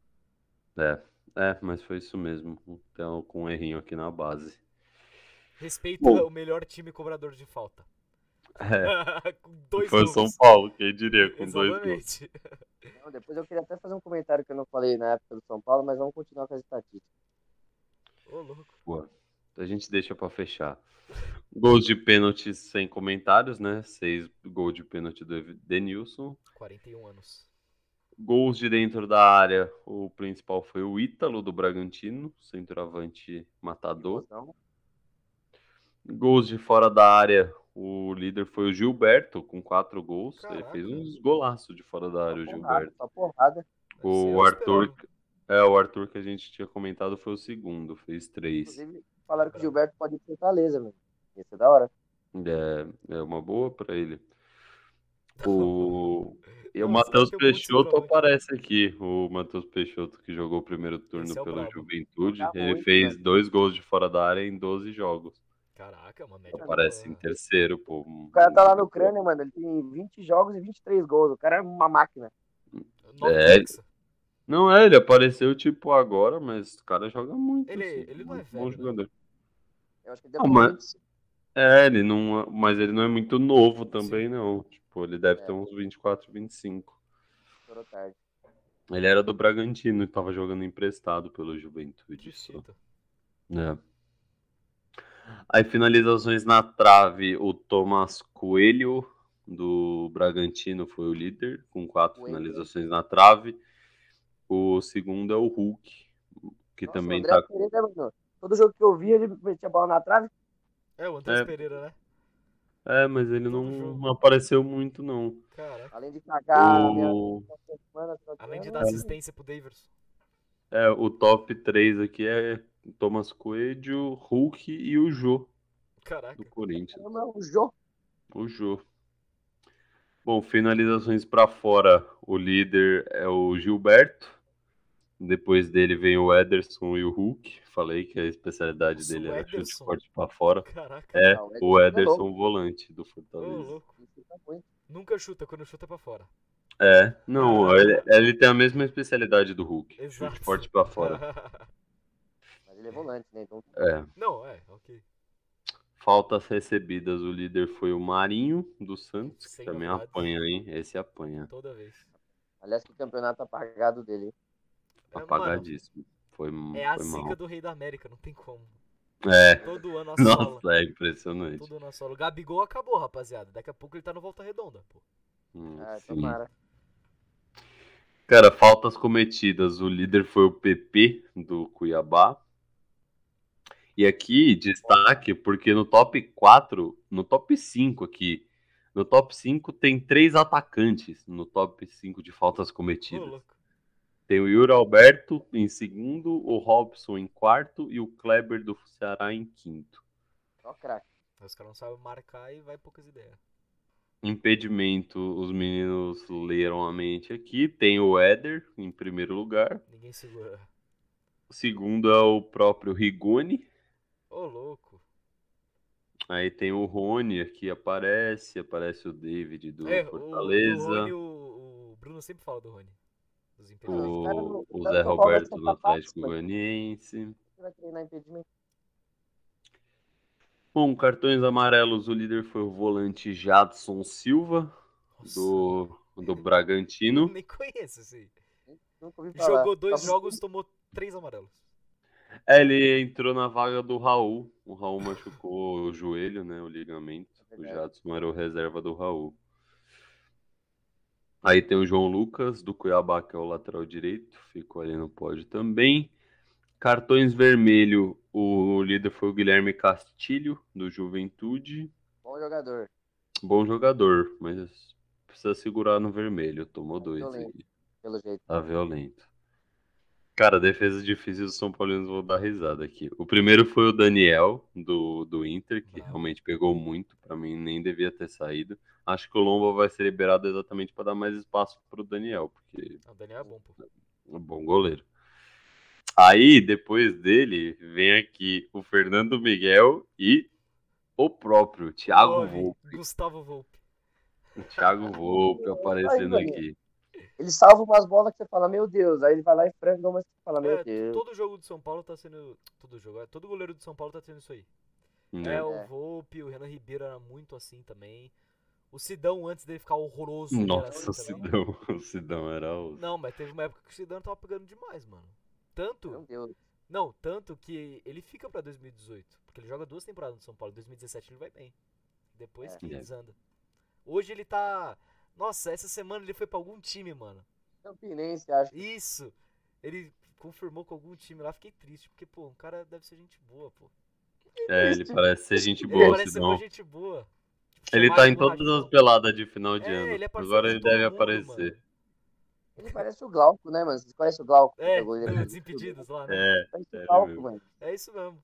Mas foi isso mesmo. Então, com um errinho aqui na base. Respeita Bom. o melhor time cobrador de falta. Com É, 2 foi o gols. São Paulo, quem diria, com 2 gols. Exatamente. Não, depois eu queria até fazer um comentário que eu não falei na época do São Paulo, mas vamos continuar com as estatísticas. Ô, louco. Pô, a gente deixa pra fechar. Gols de pênaltis sem comentários, né? 6 gols de pênalti do Denilson. 41 anos. Gols de dentro da área, o principal foi o Ítalo do Bragantino, centroavante matador. Emoção. Gols de fora da área, o líder foi o Gilberto, com 4 gols. Ele Caraca. fez uns golaços de fora da área, o Gilberto. Só porrada. Deve ser, O eu Arthur, esperava. o Arthur que a gente tinha comentado foi o segundo, fez 3. Inclusive, falaram que o Gilberto pode ir pro Fortaleza, mano. Isso é da hora. É uma boa pra ele. O Não, Matheus os caras têm um monte de Peixoto centroavante. aparece aqui. O Matheus Peixoto, que jogou o primeiro turno Esse é o pelo brabo. Juventude. Joga Ele muito, fez mano. 2 gols de fora da área em 12 jogos. Caraca, é uma média Aparece boa. em terceiro, pô. O cara tá lá no Ucrânia, mano. Ele tem 20 jogos e 23 gols. O cara é uma máquina. 9 do É, Hexa. não é, ele apareceu tipo agora, mas o cara joga muito. Ele não é muito bom velho, né? jogador. Eu acho que ele Não, deve ter mas, 25. ele não, mas ele não é muito novo também, Sim. não. Tipo, ele deve ter É. uns 24, 25. Estourou tarde. Ele era do Bragantino e tava jogando emprestado pelo Juventude. Só. Tristita. É. Aí finalizações na trave, o Thomas Coelho do Bragantino foi o líder, com 4 Coelho. finalizações na trave. O segundo é o Hulk, que Nossa, o também André tá. Pereira, mano. Todo jogo que eu via, ele metia a bola na trave. É, o Andrés É, Pereira, né? mas ele Todo não jogo. apareceu muito, não. Caraca. Além de cagar a minha O, semana, Além de dar assistência pro Daverson. o top 3 aqui é Thomas Coelho, Hulk e o Jô, Caraca. do Corinthians. o Jô. O Jô. Bom, finalizações para fora, o líder é o Gilberto. Depois dele vem o Ederson e o Hulk. Falei que a especialidade Nossa, dele o era chute Ederson. forte para fora. Caraca. É, Ah, o o Ederson é Ederson, louco. volante do Ô, Fortaleza. louco. Isso tá muito. Nunca chuta, quando chuta é pra fora. Não, ele tem a mesma especialidade do Hulk. Exato. Chute forte para fora. Mas ele é volante, né? Então, Não, ok. Faltas recebidas, o líder foi o Marinho do Santos, que Sem também novidades. apanha, hein? Esse apanha. Toda vez. aliás, que campeonato apagado dele. Mano, Apagadíssimo. Foi é a mal. zica do Rei da América, não tem como. É. Todo ano assola. Nossa, é impressionante. Todo ano assola. O Gabigol acabou, rapaziada. Daqui a pouco ele tá no Volta Redonda, pô. Sim. Tomara. Cara, faltas cometidas. O líder foi o PP do Cuiabá. E aqui, destaque, porque no top 4, no top 5 aqui, no top 5 tem 3 atacantes no top 5 de faltas Ô, cometidas. louco. Tem o Yuri Alberto em segundo, o Robson em quarto e o Kleber do Ceará em quinto. Só craque. Os caras não sabem marcar e vai poucas ideias. Impedimento, os meninos leram a mente aqui. Tem o Éder em primeiro lugar. Ninguém segura. O segundo é o próprio Rigoni. Ô, louco. Aí tem o Rony aqui, aparece o David do Do Fortaleza. Rony, o Bruno sempre fala do Rony. Dos impedimentos. Os caras não- O os caras Zé do São Paulo Roberto são do capazes, Atlético mano. Goianiense. Você vai treinar impedimento? Bom, cartões amarelos, o líder foi o volante Jadson Silva, Nossa. do Bragantino. Nem conheço esse aí. Nunca ouvi falar. Jogou 2 Só- jogos, tomou 3 amarelos. Ele entrou na vaga do Raul. O Raul machucou o joelho, né? O ligamento. O Jadson era o reserva do Raul. Aí tem o João Lucas, do Cuiabá, que é o lateral direito. Ficou ali no pódio também. Cartões vermelho, o líder foi o Guilherme Castilho, do Juventude. Bom jogador. Bom jogador, mas precisa segurar no vermelho. Tomou 2 violento. aí. Pelo jeito. Tá violento. Cara, defesa difícil do São Paulinos, vou dar risada aqui. O primeiro foi o Daniel, do Inter, que Bravo. realmente pegou muito, pra mim nem devia ter saído. Acho que o Lomba vai ser liberado exatamente pra dar mais espaço pro Daniel, porque O Daniel é bom, pô. é um bom goleiro. Aí, depois dele, vem aqui o Fernando Miguel e o próprio O Thiago homem, Volpe. Gustavo Volpe. O Thiago Volpe Aí, aparecendo mano, aqui. ele salva umas bolas que você fala, meu Deus. Aí ele vai lá e franga umas que você fala, meu É, Deus. todo jogo do São Paulo tá sendo. Todo jogo, todo goleiro do São Paulo tá tendo isso aí. É, Né? o É. Volpe, o Renan Ribeiro era muito assim também. O Sidão, antes dele ficar horroroso, ele era Nossa, assim o também. Sidão. O Sidão era o. Não, mas teve uma época que o Sidão tava pegando demais, mano. Tanto. Meu Deus. Não, tanto que ele fica pra 2018. Porque ele joga 2 temporadas no São Paulo. Em 2017 ele vai bem. Depois É. que desanda. Hoje ele tá. Nossa, essa semana ele foi pra algum time, mano. Campinense, acho. Isso! Ele confirmou com algum time lá. Fiquei triste, porque, pô, o cara deve ser gente boa, pô. É, ele parece ser gente Ele boa, o parece ser uma Sidão. gente boa. Ele Chamaram tá em no todas as rachão. peladas de final de É, ano. ele é parceiro Agora de ele todo deve mundo, aparecer. mano. Ele parece o Glauco, né, mano? Vocês conhecem o Glauco? É, O goleiro do do- Desimpedidos lá, né? É, Parece o sério Glauco, mesmo. mano. É isso mesmo.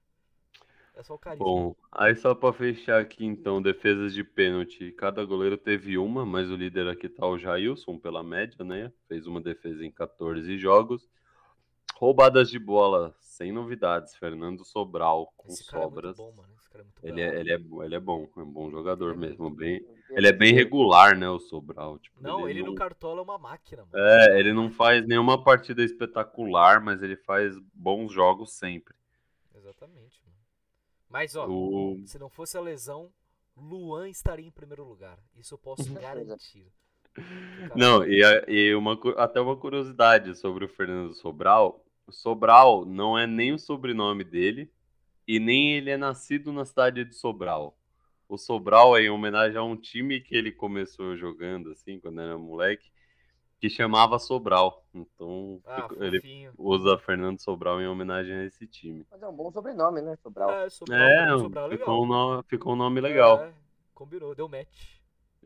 É só o carisma. Bom, aí só pra fechar aqui então, defesas de pênalti. Cada goleiro teve uma, mas o líder aqui tá o Jailson, pela média, né? Fez uma defesa em 14 jogos. Roubadas de bola, sem novidades. Fernando Sobral, com Esse cara é muito sobras. bom, mano. Esse cara é muito Ele brabo. é, ele é, ele é bom, é um bom jogador Ele é mesmo. muito Bem, Um ele é bem defensor. regular, né, o Sobral. Tipo, Não, ele não, no Cartola é uma máquina, mano. é, ele Uma não máquina. faz nenhuma partida espetacular, mas ele faz bons jogos sempre. Exatamente, mano. Mas, ó, O... se não fosse a lesão, Luan estaria em primeiro lugar. Isso eu posso garantir. O cara Não, é- até uma curiosidade sobre o Fernando Sobral. O Sobral não é nem o sobrenome dele e nem ele é nascido na cidade de Sobral. O Sobral é em homenagem a um time que ele começou jogando, assim, quando era moleque, que chamava Sobral. Então, Ah, ele fofinho. usa Fernando Sobral em homenagem a esse time. Mas é um bom sobrenome, né, Sobral? É, Sobral, É, Fernando Sobral é legal. ficou um nome legal. É, combinou, deu match.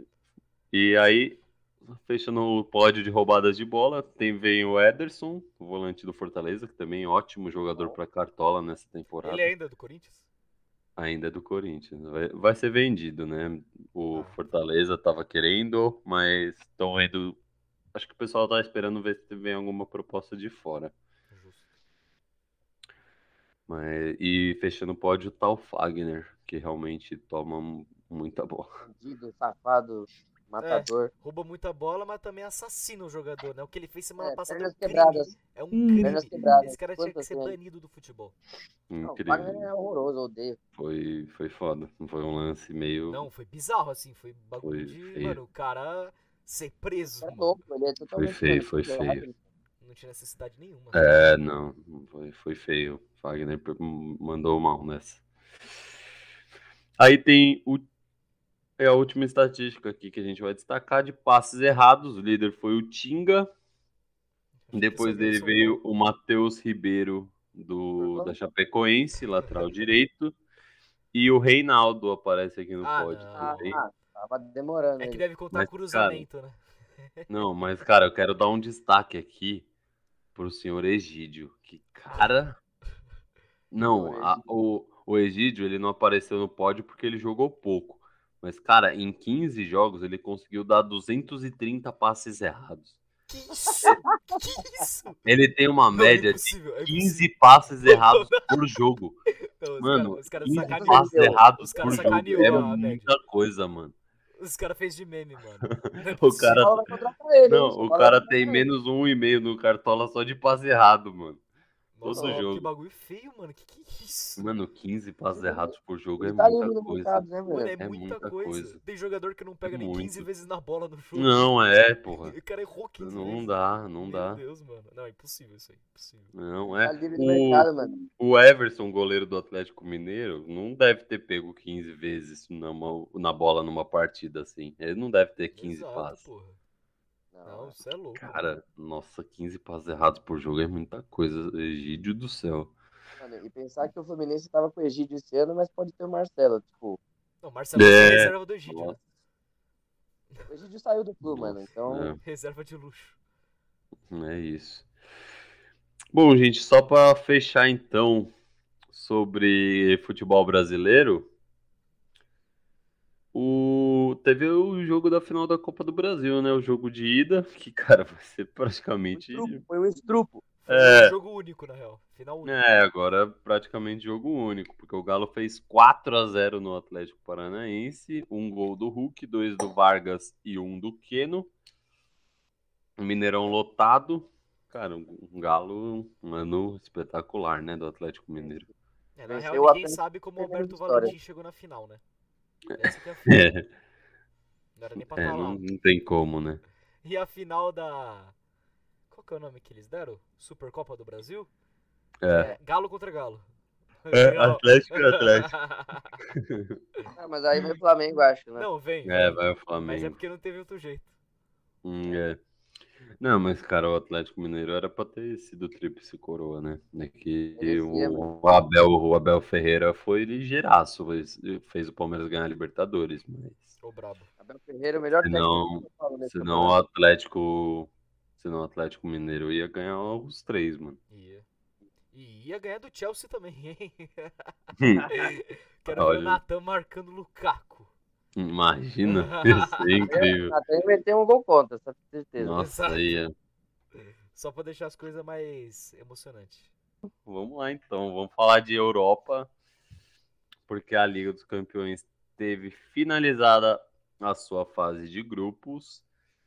E aí, fechando o pódio de roubadas de bola, vem o Ederson, o volante do Fortaleza, que também é ótimo jogador para Cartola nessa Ele temporada. ainda é do Corinthians? Ainda é do Corinthians. Vai ser vendido, né? O Ah. Fortaleza tava querendo, mas estão vendo. Acho que o pessoal tá esperando ver se vem alguma proposta de fora. Justo. E fechando o pódio tá o Fagner, que realmente toma muita bola. Bandido, safado, matador. Rouba muita bola, mas também assassina o jogador, né? O que ele fez semana É, passada é pernas um crime. quebradas. É um crime. Pernas quebradas. Esse cara tinha que Quantas ser tem? banido do futebol. Não, o Wagner Incrível. é horroroso, eu odeio. Foi foda. Foi um lance meio. Não, foi bizarro, assim. Foi bagulho Foi de, feio. mano, o cara ser preso, É mano. louco, ele é totalmente feio, foi manipulado. feio. Não tinha necessidade nenhuma. É, não, foi feio. Fagner mandou mal nessa. Aí tem a última estatística aqui que a gente vai destacar de passes errados. O líder foi o Tinga. Depois Zagueiro dele São veio Paulo. o Matheus Ribeiro da Chapecoense, lateral direito. E o Reinaldo aparece aqui no Ah, pódio não. também. Tava demorando É que ele. deve contar Mas, cruzamento, né? Não, mas, cara, eu quero dar um destaque aqui pro senhor Egídio. Que, cara. Não, Senhor Egídio. o Egídio, ele não apareceu no pódio porque ele jogou pouco. Mas, cara, em 15 jogos ele conseguiu dar 230 passes errados. Que isso? Que isso? Ele tem uma Não, é média de impossível, é 15 impossível. passes errados por jogo. Não, Mano, os caras 15 sacaneou. passes errados Os por caras jogo sacaneou é a média. muita coisa, mano. Os caras fez de meme, mano. Não é O possível. cara, São Paulo vai contratar ele, hein? não, São o Paulo vai cara tem contratar ele. menos 1,5 no Cartola só de passe errado, mano. Nossa, Todo que jogo. bagulho feio, mano. Que é isso? Mano, 15 passes errados por jogo é Ele tá muita livre no coisa. mercado, né, Mano, mano? é É muita muita coisa. coisa. Tem jogador que não pega nem 15 Muito. vezes na bola no jogo. Não, porra. O cara errou 15 Não vezes. dá, não Meu dá. Deus, mano. Não, é impossível isso aí. Impossível. Não Tá é. livre no mercado, mano. O Everson, goleiro do Atlético Mineiro, não deve ter pego 15 vezes na bola numa partida assim. Ele não deve ter 15 Exato, passes. porra. Não, Não, isso é louco. Cara, nossa, 15 passes errados por jogo é muita coisa. Egídio do céu. mano. E pensar que o Fluminense tava com o Egídio esse ano, mas pode ter o Marcelo. Tipo, Não, o Marcelo vai ser É. reserva do Egídio, né? o Egídio saiu do Flu, Nossa, mano. Então, Reserva de luxo. é isso. Bom, gente, só para fechar então sobre futebol brasileiro, teve o jogo da final da Copa do Brasil, né? O jogo de ida, que, cara, vai ser praticamente. Foi um estrupo. Foi um É, jogo único, na real. Final único. agora praticamente jogo único, porque o Galo fez 4-0 no Atlético Paranaense, um gol do Hulk, dois do Vargas e um do Queno. O Mineirão lotado. Cara, um Galo, um ano espetacular, né, do Atlético Mineiro. Na real, Venceu ninguém apenas sabe como o perdendo Alberto história. Valentim chegou na final, né? Essa que é a foda. É, Não era nem pra estar não, lá. não tem como, né? E a final da... Qual que é o nome que eles deram? Supercopa do Brasil? É, Galo contra Galo. Atlético e Atlético. Mas aí vai o Flamengo, acho, né? Não, vem. Vai o Mas é Flamengo. porque não teve outro jeito. É. Não, mas, cara, o Atlético Mineiro era pra ter sido tríplice coroa, né? É que Merecia, mano. o Abel Ferreira foi ligeiraço, fez o Palmeiras ganhar a Libertadores, mas Ô, brabo. Abel Ferreira, o melhor técnico do senão, São Paulo nesse senão o campeonato. Atlético, senão o Atlético Mineiro ia ganhar os três, mano. Ia. E ia ganhar do Chelsea também, hein? Quero ver o Olha, Natan marcando o Lukaku. imagina, ia ser incrível. Até ele meteu um gol contra, essa certeza. Nossa, Exato. ia. Só pra deixar as coisas mais emocionantes. Vamos lá então, vamos falar de Europa, porque a Liga dos Campeões teve finalizada a sua fase de grupos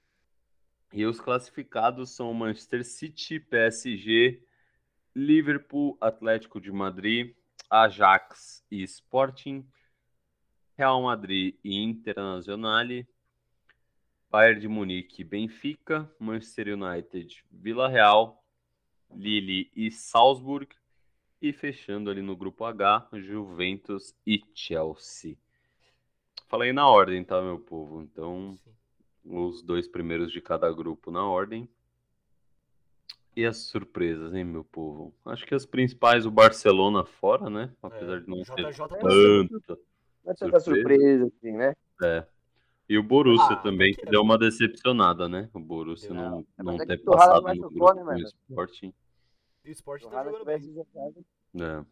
e os classificados são Manchester City, PSG, Liverpool, Atlético de Madrid, Ajax e Sporting, Real Madrid e Internazionale, Bayern de Munique e Benfica, Manchester United, Villarreal, Lille e Salzburg, e fechando ali no grupo H, Juventus e Chelsea. Falei na ordem, tá, meu povo? Então, Sim. os dois primeiros de cada grupo na ordem. E as surpresas, hein, meu povo? Acho que as principais, o Barcelona fora, né? Apesar de não ter JJ tá tanta Não é tanta surpresa, assim, né? É. E o Borussia até também, que que é, deu pô. uma decepcionada, né? O Borussia Deu. não, Mas não é que ter o Torrada passado no machucou, grupo né, com o mano? Sporting. E o Sport Se o tá Torrada jogando tivesse bem. jogado. É.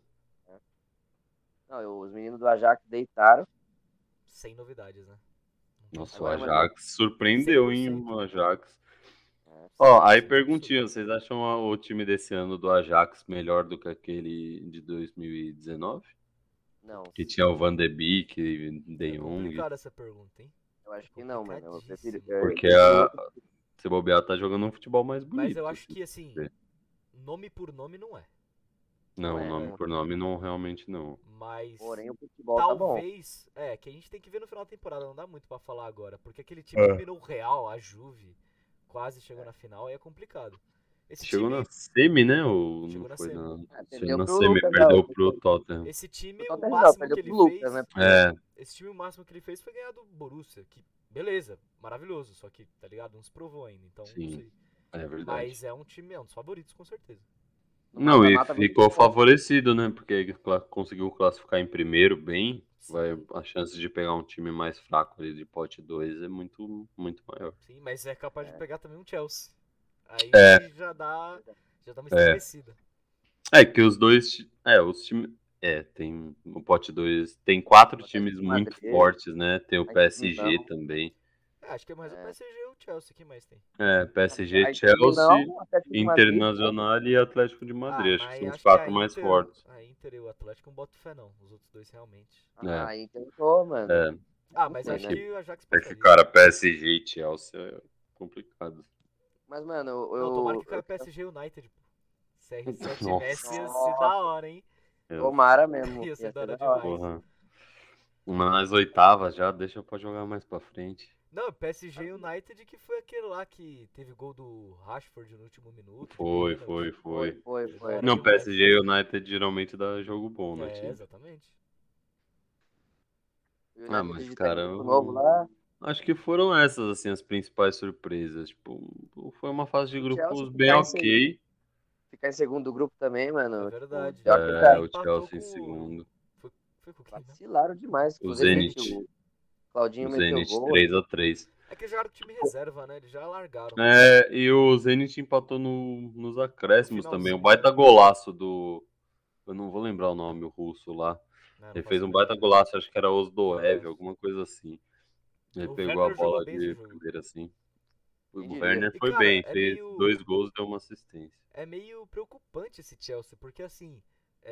Não, os meninos do Ajax deitaram. Sem novidades, né? Nossa, o Agora, mano, Ajax surpreendeu, hein? 100%. O Ajax. é, Ó, aí 100% absurdo. perguntinha, vocês acham o time desse ano do Ajax melhor do que aquele de 2019? não, Que tinha o Van de Beek, De É Jong. complicada essa pergunta, hein? eu acho que não, mano. Eu prefiro. Complicadíssimo. Porque Eu se bobear tá jogando um futebol mais Mas bonito. eu acho assim. que, assim, nome por nome não é. Não, é, nome não. por nome não, realmente não. Mas Porém, o futebol tá bom. talvez. Que a gente tem que ver no final da temporada, não dá muito pra falar agora. Porque aquele time eliminou o Real, a Juve, quase chegou na final, aí é complicado. Esse Chegou time. na semi, né? Ou Chegou não na foi semi. na. Perdeu Chegou na pro semi, Lucas, perdeu não. pro Tottenham. Esse time, O o Tottenham não, máximo perdeu que ele pro fez. Lucas, né? É, Esse time, o máximo que ele fez foi ganhar do Borussia. Que, beleza, maravilhoso. Só que, tá ligado? Não se provou ainda. Então, não sim, sei. é verdade. Mas é um time, é um dos favoritos, com certeza. No Não, e mata-mata, ficou muito bom. favorecido, né? Porque ele conseguiu classificar em primeiro bem. Sim. A chance de pegar um time mais fraco ali de pote 2 é muito, muito maior. Sim, mas é capaz de pegar também um Chelsea. Aí É. já dá uma estremecida. É que os dois. Os times. Tem o pote 2. Tem 4 O times Atlético de muito Madrid, fortes, né? Tem o a PSG Inter também. Acho que é mais o PSG e o Chelsea que mais tem. PSG, A Inter Chelsea, Milão, Atlético de Madrid. Internacional e Atlético de Madrid. Acho que Mas são os acho que 4 mais fortes. a Inter e o Atlético não boto fé não. Os outros dois realmente. A Inter entrou, mano. É. Mas Foi, acho né? que o Ajax É que, passaria. cara, PSG e Chelsea é complicado. Mas, mano, Não, tomara que caia PSG e United, pô. CR7 Nossa. Messi ia ser da hora, hein? Tomara mesmo. Ia ser Ia da ser hora da hora. demais. Porra. Nas oitavas já, deixa pra jogar mais pra frente. Não, PSG e United que foi aquele lá que teve gol do Rashford no último minuto. Foi. Foi. Não, demais. PSG e United geralmente dá jogo bom no time. Exatamente. O United Mas, de cara, técnico novo lá. acho que foram essas, assim, as principais surpresas. Tipo, foi uma fase de O Chelsea grupos bem ficar em ok. Ficar em segundo grupo também, mano. É verdade. Tipo, pior que Ele O empatou Chelsea em com- segundo. Foi com quem, né? vacilaram demais. O Inclusive, Zenit. o Claudinho O meteu Zenit gol. 3x3. É porque jogaram com time reserva, né? Eles já largaram. E o Zenit empatou nos acréscimos No também. Um finalzinho, baita golaço do. Eu não vou lembrar o nome, o russo lá. Não Ele faço fez a um menor baita ideia. golaço, acho que era Osdoev, É. alguma coisa assim. Ele O pegou a Werner jogou bola bem esse de jogo. primeira assim. Quem O diria? Werner E, foi cara, bem, fez 2 gols e deu uma assistência. é meio preocupante esse Chelsea, porque assim,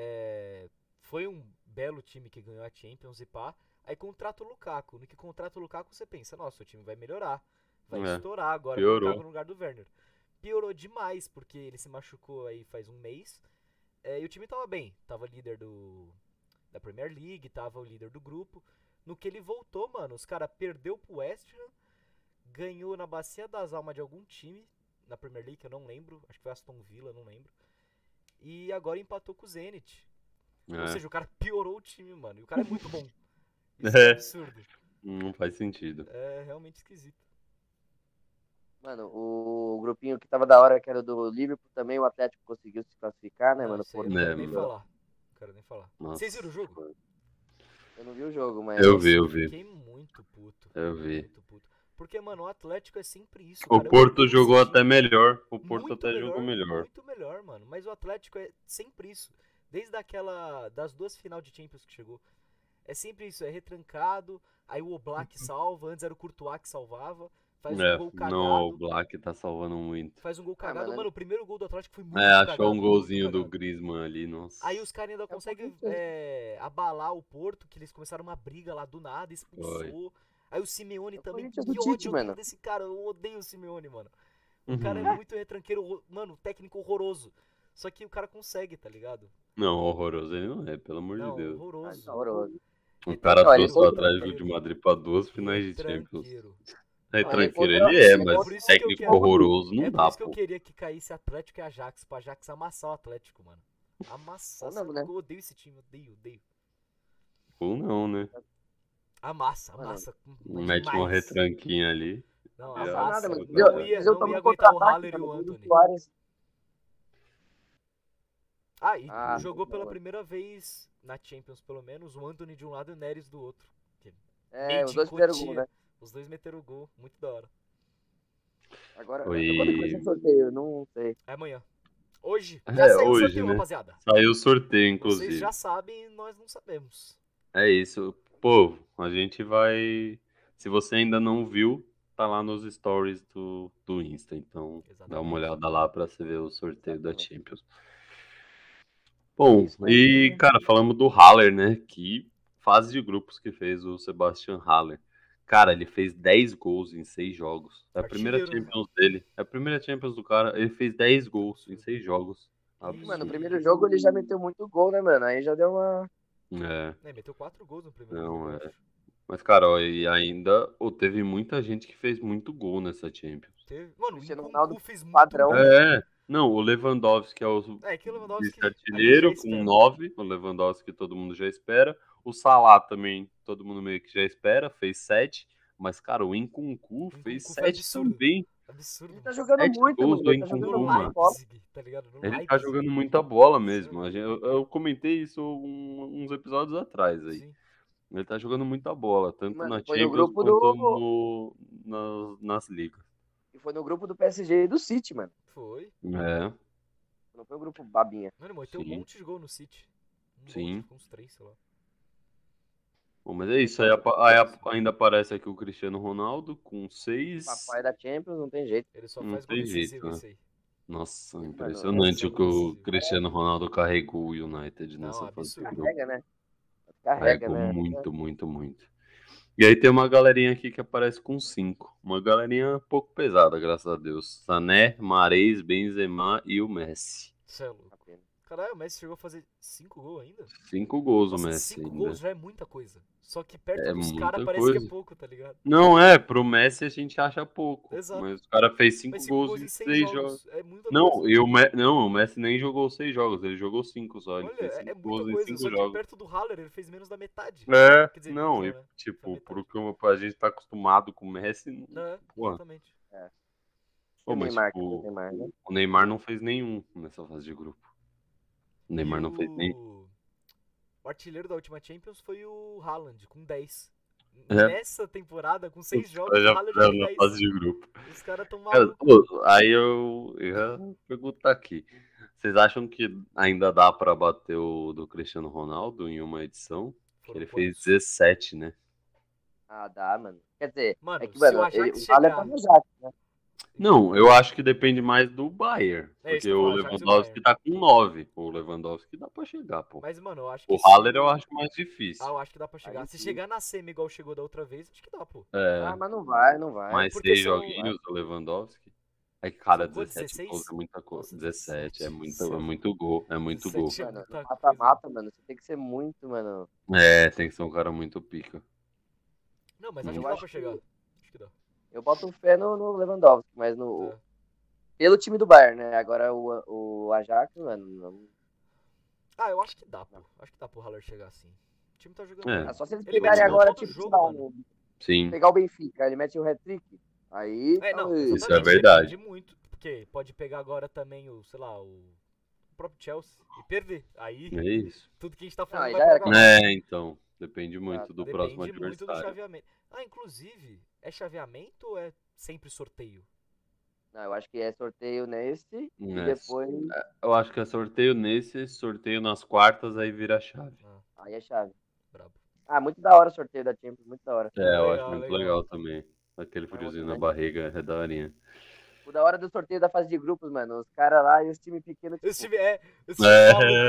foi um belo time que ganhou a Champions e pá, aí contrata o Lukaku. No que contrata o Lukaku, você pensa, nossa, o time vai melhorar, vai É, estourar agora com o Lukaku piorou. no lugar do Werner. Piorou demais, porque ele se machucou aí faz um mês, e o time tava bem, tava líder da Premier League, tava o líder do grupo. No que ele voltou, mano, os caras perdeu pro West Ham, ganhou na Bacia das Almas de algum time na Premier League, eu não lembro, acho que foi Aston Villa, não lembro. E agora empatou com o Zenit. Ou É. seja, o cara piorou o time, mano. E o cara é muito bom. Isso é absurdo. Não faz sentido. É realmente esquisito. Mano, o grupinho que tava da hora, que era do Liverpool, também o Atlético conseguiu se classificar, né, Não, mano? isso aí eu Pô, não quero nem mano. falar. Não quero nem falar. Nossa. Vocês viram o jogo? eu não vi o jogo, mas... Eu Nossa, vi, eu vi. Fiquei muito puto. Eu vi. Muito puto. Porque, mano, o Atlético é sempre isso. O cara. Eu Porto odeio jogou esse time. até melhor. O Porto Muito até jogou melhor. Muito melhor, mano. Mas o Atlético é sempre isso. Desde das duas final de Champions que chegou. É sempre isso, é retrancado, aí o Oblak salva, antes era o Courtois que salvava, faz um gol cagado. Não, o Black tá salvando muito. Faz um gol cagado. Mano, o primeiro gol do Atlético foi muito achou cagado. um golzinho muito do cagado. Griezmann ali, nossa. Aí os caras ainda conseguem abalar o Porto, que eles começaram uma briga lá do nada, expulsou. Foi. Aí o Simeone também, Corinthians que do ódio Tite, eu tenho mano. desse cara, eu odeio o Simeone, mano. O cara é muito retranqueiro, mano, técnico horroroso. Só que o cara consegue, tá ligado? Não, horroroso ele não é, pelo amor Não, de Deus. horroroso. Horroroso. O cara Não, ele trouxe o foi Atlético de Madrid pra 2 finais de Champions. Retranqueiro. Retranqueiro Não, ele é, ele mas por isso que eu técnico quero- horroroso não É por dá, isso que eu pô. queria que caísse Atlético e Ajax, pra Ajax amassar o Atlético, mano. Amassar, Não, né? eu odeio esse time, odeio. Ou não, né? Amassa. Mete uma demais. retranquinha ali. Não, Já amassa. nada, mas Não ia aguentar o Haller e o Anthony. E jogou pela primeira vez na Champions, pelo menos, o Anthony de um lado e o Neres do outro. Os dois fizeram gol, né? Os dois meteram o gol, muito da hora. Agora, Foi. quando começa o sorteio? Eu não sei. É amanhã. Hoje. Já saiu o hoje, sorteio, né? rapaziada. Saiu o sorteio, Vocês inclusive. já sabem e nós não sabemos. É isso. Pô, a gente vai. Se você ainda não viu, tá lá nos stories do Insta. Então, dá uma olhada lá pra você ver o sorteio da Champions. Bom, e, cara, falamos do Haller, né? Que fase de grupos que fez o Sebastian Haller. Cara, ele fez 10 gols em 6 jogos. É a primeira Artilheiro, Champions dele. É a primeira Champions do cara. Ele fez 10 gols em 6 jogos. E, mano, no Absurdo. primeiro jogo ele já meteu muito gol, né, mano? Aí já deu uma... Meteu 4 gols no primeiro Não, jogo. eu acho. Mas, cara, ó, e ainda teve muita gente que fez muito gol nessa Champions. Mano, o Cristiano Nkunku Ronaldo, fez muito padrão. gol. Não, o Lewandowski é o Que o Lewandowski vice-artilheiro a gente já com espera. 9. O Lewandowski todo mundo já espera. O Salah também, todo mundo meio que já espera, fez 7. Mas, cara, o Nkunku fez foi 7 absurdo. também. Absurdo. Ele tá jogando 7 muito, gols mano. do Ele tá jogando Nkunku, No mano. muito bola. Leipzig, tá ligado? No Ele tá Leipzig. jogando muita bola mesmo. Absurdo. Eu comentei isso uns episódios atrás aí. Sim. Ele tá jogando muita bola, tanto Mano, na foi no Champions grupo quanto nas ligas. E foi no grupo do PSG e do City, mano. Foi. É, Não foi o grupo babinha. Mano, mas tem um Sim. monte de gol no City. Sim. Monte, uns 3, sei lá. bom, mas é isso. Aí ainda aparece aqui o Cristiano Ronaldo com 6. Papai da Champions, não tem jeito. Ele só Não faz gol tem decisivo, jeito, né? esse aí. Nossa, Mano, impressionante o que o decisivo. Cristiano Ronaldo carregou o United Não, nessa fase de absurdo. grupo. Carrega, né? Carrega, Carregou né? muito. E aí tem uma galerinha aqui que aparece com 5. Uma galerinha um pouco pesada, graças a Deus. Sané, Mahrez, Benzema e o Messi. Cê é louco. Apenas. Caralho, o Messi chegou a fazer 5 gols ainda? 5 gols Nossa, o Messi 5 ainda. gols já é muita coisa. Só que perto É dos muita caras parece que coisa. é pouco, tá ligado? Não, pro Messi a gente acha pouco. Exato. Mas o cara fez 5 Mas 5 gols gols em em 6 6 jogos. jogos. É muita Não, coisa. o Messi nem jogou 6 jogos, ele jogou 5 só. Ele Olha, fez é 5 muita gols em coisa. 5 Só que jogos. perto do Haller ele fez menos da metade. É, Quer dizer, não, menos, e né? tipo, Metade. porque a gente tá acostumado com o Messi, porra. Exatamente. Pô, E o mas Neymar, tipo, o Neymar, né? o Neymar não fez nenhum nessa fase de grupo. O Neymar E não fez nenhum. o artilheiro da última Champions foi o Haaland, com 10. É, Nessa temporada, com 6 os jogos, caras o já Haller já fizeram tem na 10. fase de grupo. Os caras tão Cara, malucos. pô, aí eu ia perguntar aqui. Vocês acham que ainda dá pra bater o do Cristiano Ronaldo em uma edição? Que Foram ele fez quantos? 17, né? Ah, dá, mano. Quer dizer, é Mano, que, se o mano, Ajax o Haller tá chegar. no Ajax, né? Não, eu acho que depende mais do Bayern. É isso Porque que eu o falo, Ajax e o Bayern. Lewandowski tá com 9. O Lewandowski dá pra chegar, pô. Mas, mano, eu acho que O se Haller eu o. acho mais Ah, difícil. eu acho que dá pra Tá chegar. Se difícil. chegar na semi igual chegou da outra vez, acho que dá, pô. É, Ah, mas não vai, não vai. mais Porque 6 são. Vai. joguinhos do Lewandowski. Aí, São cara, quantos? 17 gols 16? é muita coisa. Nossa, 17 17. é muito gol. É muito gol. 17 é Mano, no muita coisa, mano. mata-mata, mano, você tem que ser muito, mano. É, tem que ser um cara muito pica. Não, mas acho Eu que dá acho pra que chegar. Acho que dá. eu boto fé no Lewandowski, mas no, É. pelo time do Bayern, né? Agora o Ajax, mano, não. Ah, eu acho que dá, pô. Acho que dá pro Haller chegar assim. O time tá jogando É, bem. Ah, só se eles Ele mete pegarem vamos gol lá. agora, todo tipo, sei jogo, lá, mano. Sim, pegar o Benfica, ele mete o hat-trick. Aí, É, não, talvez. isso é exatamente. verdade. Depende muito. Porque pode pegar agora também o, sei lá, o próprio Chelsea e perder. Aí, É isso. tudo que a gente tá Não, falando aí vai já por era. água abaixo. É, então. Depende muito do próximo Depende muito do adversário. chaveamento. Ah, inclusive, é chaveamento ou é sempre sorteio? Não, eu acho que é sorteio nesse e É, depois. eu acho que é sorteio nesse, sorteio nas quartas, aí vira a chave. Ah, Aí é chave. brabo. Ah, muito da hora o sorteio da Champions, muito da hora. É, eu acho Legal, muito legal. legal também. Aquele Mais friozinho na emocionante. barriga é daorinha. O da hora do sorteio da fase de grupos, mano. Os caras lá e os times pequenos, Esse tipo, time é. Esse time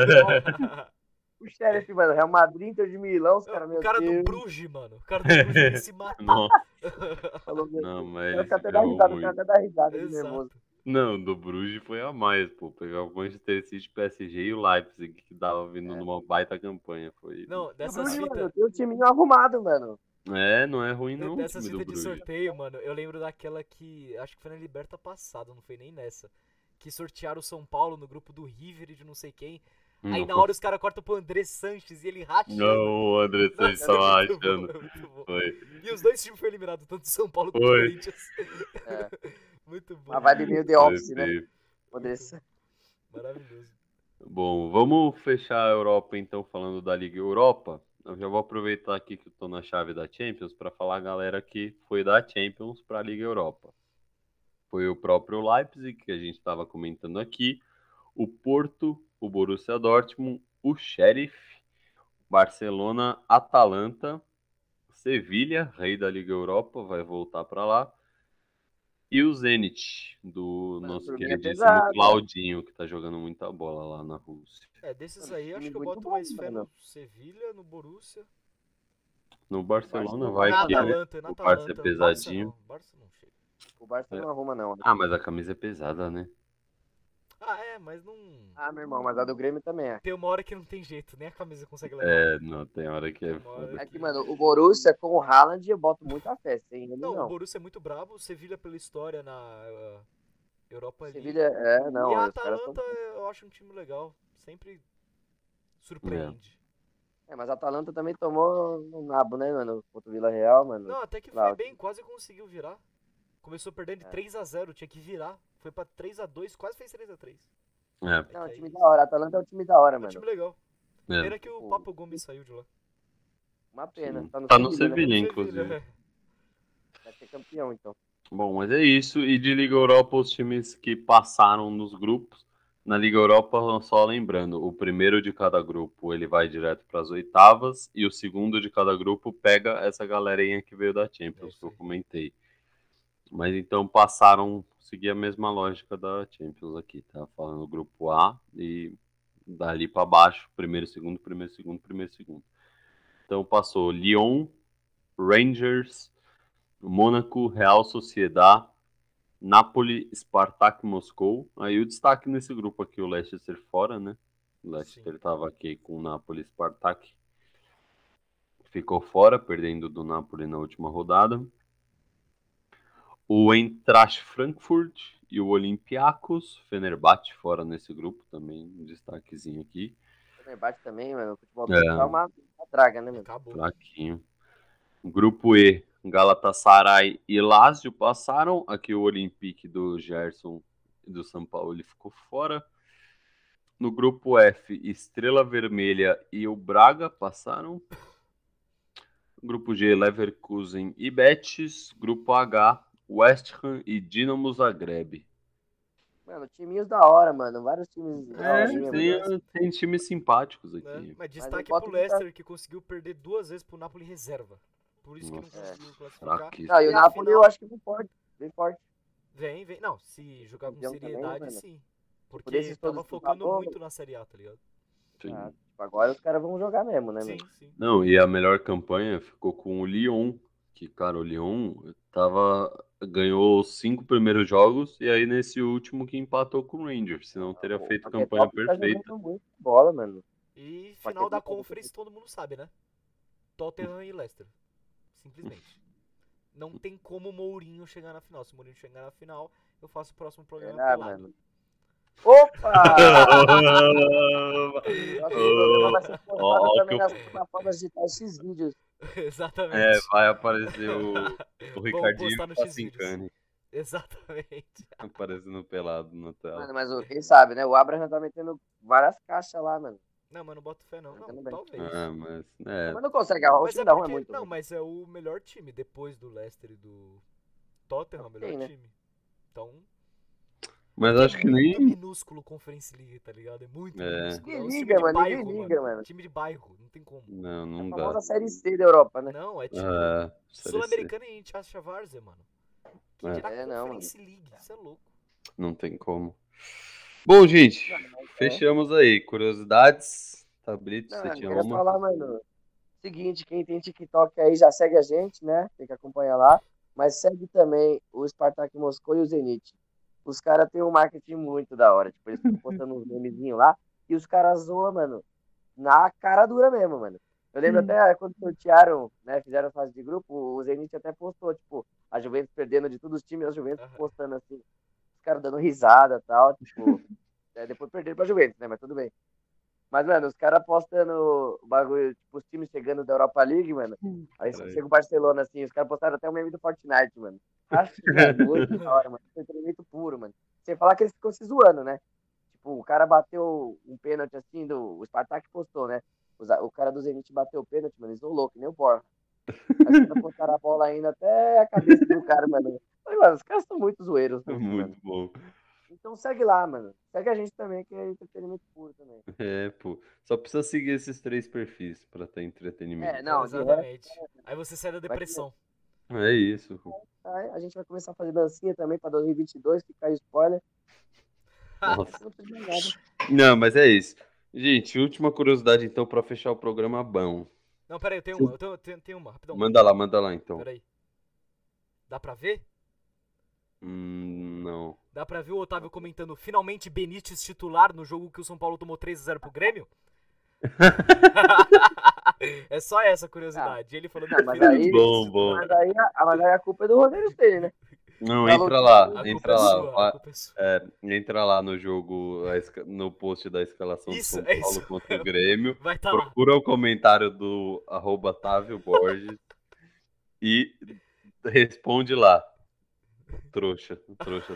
É. maluco. o Sheriff, mano, Real Madrid, Inter de Milão, os caras, O meu cara do Deus. Bruges, mano. O cara do Bruges queria se matar. Nossa, Falou, meu não, Deus. O mas cara ele fica se até dá ferrou risada, o cara muito. até dá risada de nervoso. Exato. Não, do Bruges foi a mais, pô. Pegar o Manchester City, PSG e o Leipzig, que tava vindo É. numa baita campanha. Foi Não, E o dessas Bruges, fitas. mano, tem um timinho arrumado, mano. É, não é ruim não o Dessas time do fitas de Bruges. sorteio, mano, eu lembro daquela que. Acho que foi na Liberta passada, não foi nem nessa. Que sortearam o São Paulo no grupo do River e de não sei quem. Aí na Nossa. hora os caras cortam pro André Sanches e ele rachando. Não, o André Sanches Nossa, é tava muito bom, achando. é muito bom. Foi. E os dois times foram eliminados, tanto o São Paulo quanto o Foi. Corinthians. É. Muito bom. Uma vibe meio The Foi Office, né? feio. Andressa. Maravilhoso. Bom, vamos fechar a Europa então falando da Liga Europa. Eu já vou aproveitar aqui que eu tô na chave da Champions para falar a galera que foi da Champions para a Liga Europa. Foi o próprio Leipzig, que a gente estava comentando aqui, o Porto, o Borussia Dortmund, o Sheriff, Barcelona, Atalanta, Sevilha, rei da Liga Europa, vai voltar para lá, e o Zenit, do Mano, nosso por mim é queridíssimo pesado. Claudinho, que tá jogando muita bola lá na Rússia. É, desses Mano, aí, acho time que eu muito boto bom, mais fé mano. no Sevilha, no Borussia. No Barcelona Barcelona vai Na que, né? Atalanta, na O Barça é Atalanta. Barça pesadinho. não, Barça não chega. O Barça É. não arruma, não. Né? Ah, mas a camisa é pesada, né? Ah, é, mas não. Ah, meu irmão, mas a do Grêmio também é. Tem uma hora que não tem jeito, nem a camisa consegue levar. É, não, tem hora que é Uma hora foda. É que, mano, o Borussia com o Haaland eu boto muita fé, sem ele Não, o não. Borussia é muito brabo, o Sevilha pela história na Europa League. Sevilha, E não, a os caras são. Atalanta eu acho um time legal, sempre surpreende. Mas a Atalanta também tomou no nabo, né, mano? Contra o Vila Real, mano. Não, até que foi Claro. bem, quase conseguiu virar. Começou perdendo de 3-0, tinha que virar. Foi pra 3-2, quase fez 3-3. É, Não, é que um time aí- da hora. A Atalanta é um time da hora, É um mano. time legal. é. Pena que o Papo Gomes saiu de lá. Uma pena. Sim. Tá no Tá no Sevilha, né? Sevilha, Sevilha, inclusive. é. Vai ser campeão, então. Bom, mas é isso. E de Liga Europa, os times que passaram nos grupos. Na Liga Europa, só lembrando, o primeiro de cada grupo ele vai direto para as oitavas e o segundo de cada grupo pega essa galerinha que veio da Champions, É que eu isso aí. comentei. Mas então passaram, seguir a mesma lógica da Champions aqui, tá? Falando grupo A e dali para baixo, primeiro, segundo, primeiro, segundo, primeiro, segundo. Então passou Lyon, Rangers, Mônaco, Real Sociedad, Napoli, Spartak Moscou. Aí o destaque nesse grupo aqui, o Leicester fora, né? O Leicester estava aqui com o Napoli, Spartak. Ficou fora, perdendo do Napoli na última rodada. O Eintracht Frankfurt e o Olympiacos. Fenerbahçe fora nesse grupo também, um destaquezinho aqui. O Fenerbahçe também, mano. O futebol É. tá uma draga, né, mano? Acabou. Fraquinho. Grupo E, Galatasaray e Lazio passaram. Aqui o Olympique do Gerson e do São Paulo ele ficou fora. No grupo F, Estrela Vermelha e o Braga passaram. Grupo G, Leverkusen e Betis. Grupo H, West Ham e Dinamo Zagreb. Mano, timinhos da hora, mano. Vários times da horinha, mano. Tem times simpáticos Né? aqui. Mas eu destaque boto pro muita- Leicester, que conseguiu perder 2 vezes pro Napoli reserva. Por isso que não Nossa, conseguiu classificar. fraquíssimo. Não, e E o a Napoli final- eu acho que vem forte. Bem forte. Vem. Não, se jogar com Campeão também, seriedade, mano. sim. Porque desses tava todos que focando falou, muito na Série A, tá ligado? Sim. Ah, tipo, agora os caras vão jogar mesmo, né, Sim, mano? sim. Não, e a melhor campanha ficou com o Lyon, que, cara, o Lyon ganhou os 5 primeiros jogos e aí nesse último que empatou com o Rangers, senão teria O feito campanha Paquetá tá perfeita. jogando muito bola, mano. E Paquetá final da tá jogando Conference todo mundo sabe, né? Tottenham e Leicester. Simplesmente. Não tem como o Mourinho chegar na final. Se o Mourinho chegar na final, eu faço o próximo programa pelado. Mano. Opa! Nosso programa vai ser postado Ó, também que eu- nas plataformas digitais X-Vídeos. Exatamente. vai aparecer o Vamos Ricardinho postar no com a X-Vídeos. Cincane Exatamente. aparecendo pelado na tela. Mano, mas quem sabe, né? O Abraham tá metendo várias caixas lá, mano. Não, mas não boto fé não. Não, Jogando bem. talvez. Mas Mas não consegue, o Mas time é da rua é porque. muito Não, ruim. mas é o melhor time. Depois do Leicester e do Tottenham, é o melhor Tem, né? time. Então. Mas porque acho que é muito nem. minúsculo Conference League, tá ligado? É muito É. minúsculo. É Ninguém um time liga, de mano, ninguém bairro, liga, mano. mano. Time de bairro, não tem como. Não, A não dá. famosa Série C da Europa, né? Não, é tipo. Série C. Sul-Americana e a gente acha Várzea, mano. Que É. dirá Não, Conference League, isso é louco. Não tem como. Bom, gente, É. fechamos aí. Curiosidades. Tá, Brito, Não, você eu tinha queria uma? falar, mano. Seguinte, quem tem TikTok aí já segue a gente, né? Tem que acompanhar lá. Mas segue também o Spartak Moscou e o Zenit. Os caras têm um marketing muito da hora. Tipo, eles ficam postando uns memezinhos lá e os caras zoam, mano, na cara dura mesmo, mano. Eu lembro até quando sortearam, né? Fizeram fase de grupo, o Zenit até postou, tipo, a Juventus perdendo de todos os times, a Juventus Aham. postando assim, os caras dando risada e tal, tipo, depois perderam pra Juventus, né? Mas tudo bem. Mas, mano, os caras postando o bagulho, tipo, os times chegando da Europa League, mano. Aí Caralho. chega o Barcelona, assim, os caras postaram até o meme do Fortnite, mano. Acho que, mano, muito da hora, mano. Entretenimento puro, mano. Sem falar que eles ficam se zoando, né? Tipo, o cara bateu um pênalti, assim, o Spartak postou, né? O cara do Zenit bateu o pênalti, mano, isolou, que nem o Borja. Aí os caras postaram a bola ainda até a cabeça do cara, mano. Falei, mano, os caras são muito zoeiros, mano. Muito bom. Então segue lá, mano. Segue a gente também, que é entretenimento puro também. Pô. Só precisa seguir esses 3 perfis pra ter entretenimento. Não, de resto, Exatamente. Aí você sai da depressão. É isso. a gente vai começar a fazer dancinha também pra 2022, que caiu spoiler. Nossa. Não precisa de nada. Não, mas é isso. Gente, última curiosidade então pra fechar o programa bom. Não, peraí, eu tenho uma. Tenho uma, rapidão. Manda lá então. Peraí. Dá pra ver? Não. Dá pra ver o Otávio comentando finalmente Benítez titular no jogo que o São Paulo tomou 3-0 pro Grêmio? É só essa curiosidade. Ele falando Não, mas que aí, Bom. mas aí a culpa é do Rogério Ceni, né? Não, Tá entra louco. lá. a Entra culpa é lá. sua, a culpa é sua. Entra lá no jogo, no post da escalação Isso, do São é Paulo isso. contra o Grêmio. Vai tá lá. Procura o comentário do @Távio Borges e responde lá. Trouxa. Mano,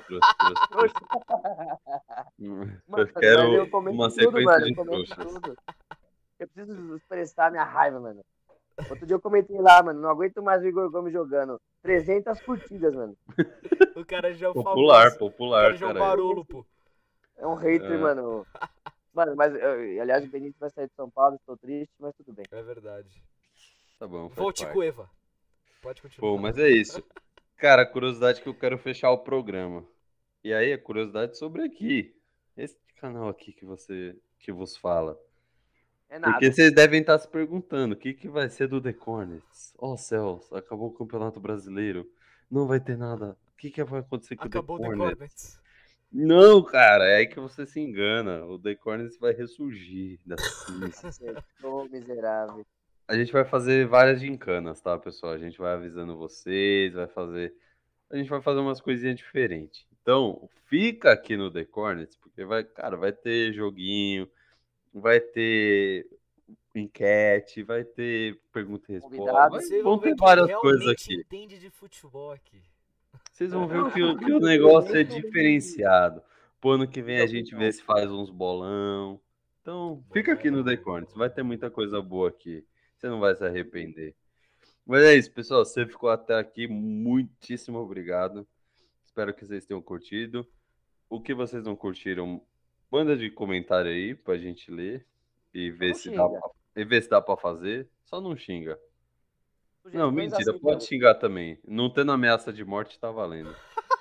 Eu mas quero eu comento uma tudo, sequência mano. de Eu comento trouxas. tudo. Eu preciso expressar minha raiva, mano. Outro dia eu comentei lá, mano. Não aguento mais o Igor Gomes jogando. 300 curtidas, mano. O cara já é o Popular, famoso. O popular, cara já é o cara. Barolo, pô. É um hater, mano. Mano, mas, aliás, o Benítez vai sair de São Paulo. Estou triste, mas tudo bem. É verdade. Tá bom, faz Volte parte. Cueva. Pode continuar. Pô, mas é isso. Cara, a curiosidade que eu quero fechar o programa. E aí, a curiosidade sobre aqui. Esse canal aqui que vos fala. É nada. Porque vocês devem estar se perguntando, o que vai ser do The Cornets? Oh, céus, acabou o Campeonato Brasileiro. Não vai ter nada. O que vai acontecer com Acabou o o The The Cornets? Cornets. Não, cara, é aí que você se engana. O The Cornets vai ressurgir das cinzas. Ô, miserável. A gente vai fazer várias gincanas, tá, pessoal? A gente vai avisando vocês, a gente vai fazer umas coisinhas diferentes. Então, fica aqui no The Cornets, porque vai ter joguinho, vai ter enquete, vai ter pergunta e resposta, Convidado. Vocês vão vão ver ter quem várias coisas realmente aqui. entende de futebol aqui. Vocês vão ver que o negócio é diferenciado. Pro ano que vem a gente vê se faz uns bolão. Então, fica aqui no The Cornets, vai ter muita coisa boa aqui. Você não vai se arrepender. Mas é isso, pessoal. Você ficou até aqui. Muitíssimo obrigado. Espero que vocês tenham curtido. O que vocês não curtiram, manda de comentário aí pra gente ler e Só não ver se dá xinga. pra fazer. Só não xinga. Não, Sugestões mentira, pode aceitamos. xingar também. Não tendo ameaça de morte, tá valendo.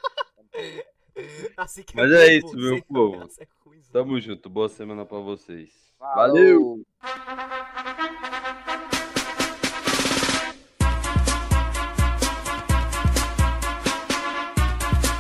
Assim que é Mas é bom, isso, pô. meu Sem povo. ameaça é ruim. Tamo junto. Boa semana pra vocês. Valeu! Falou!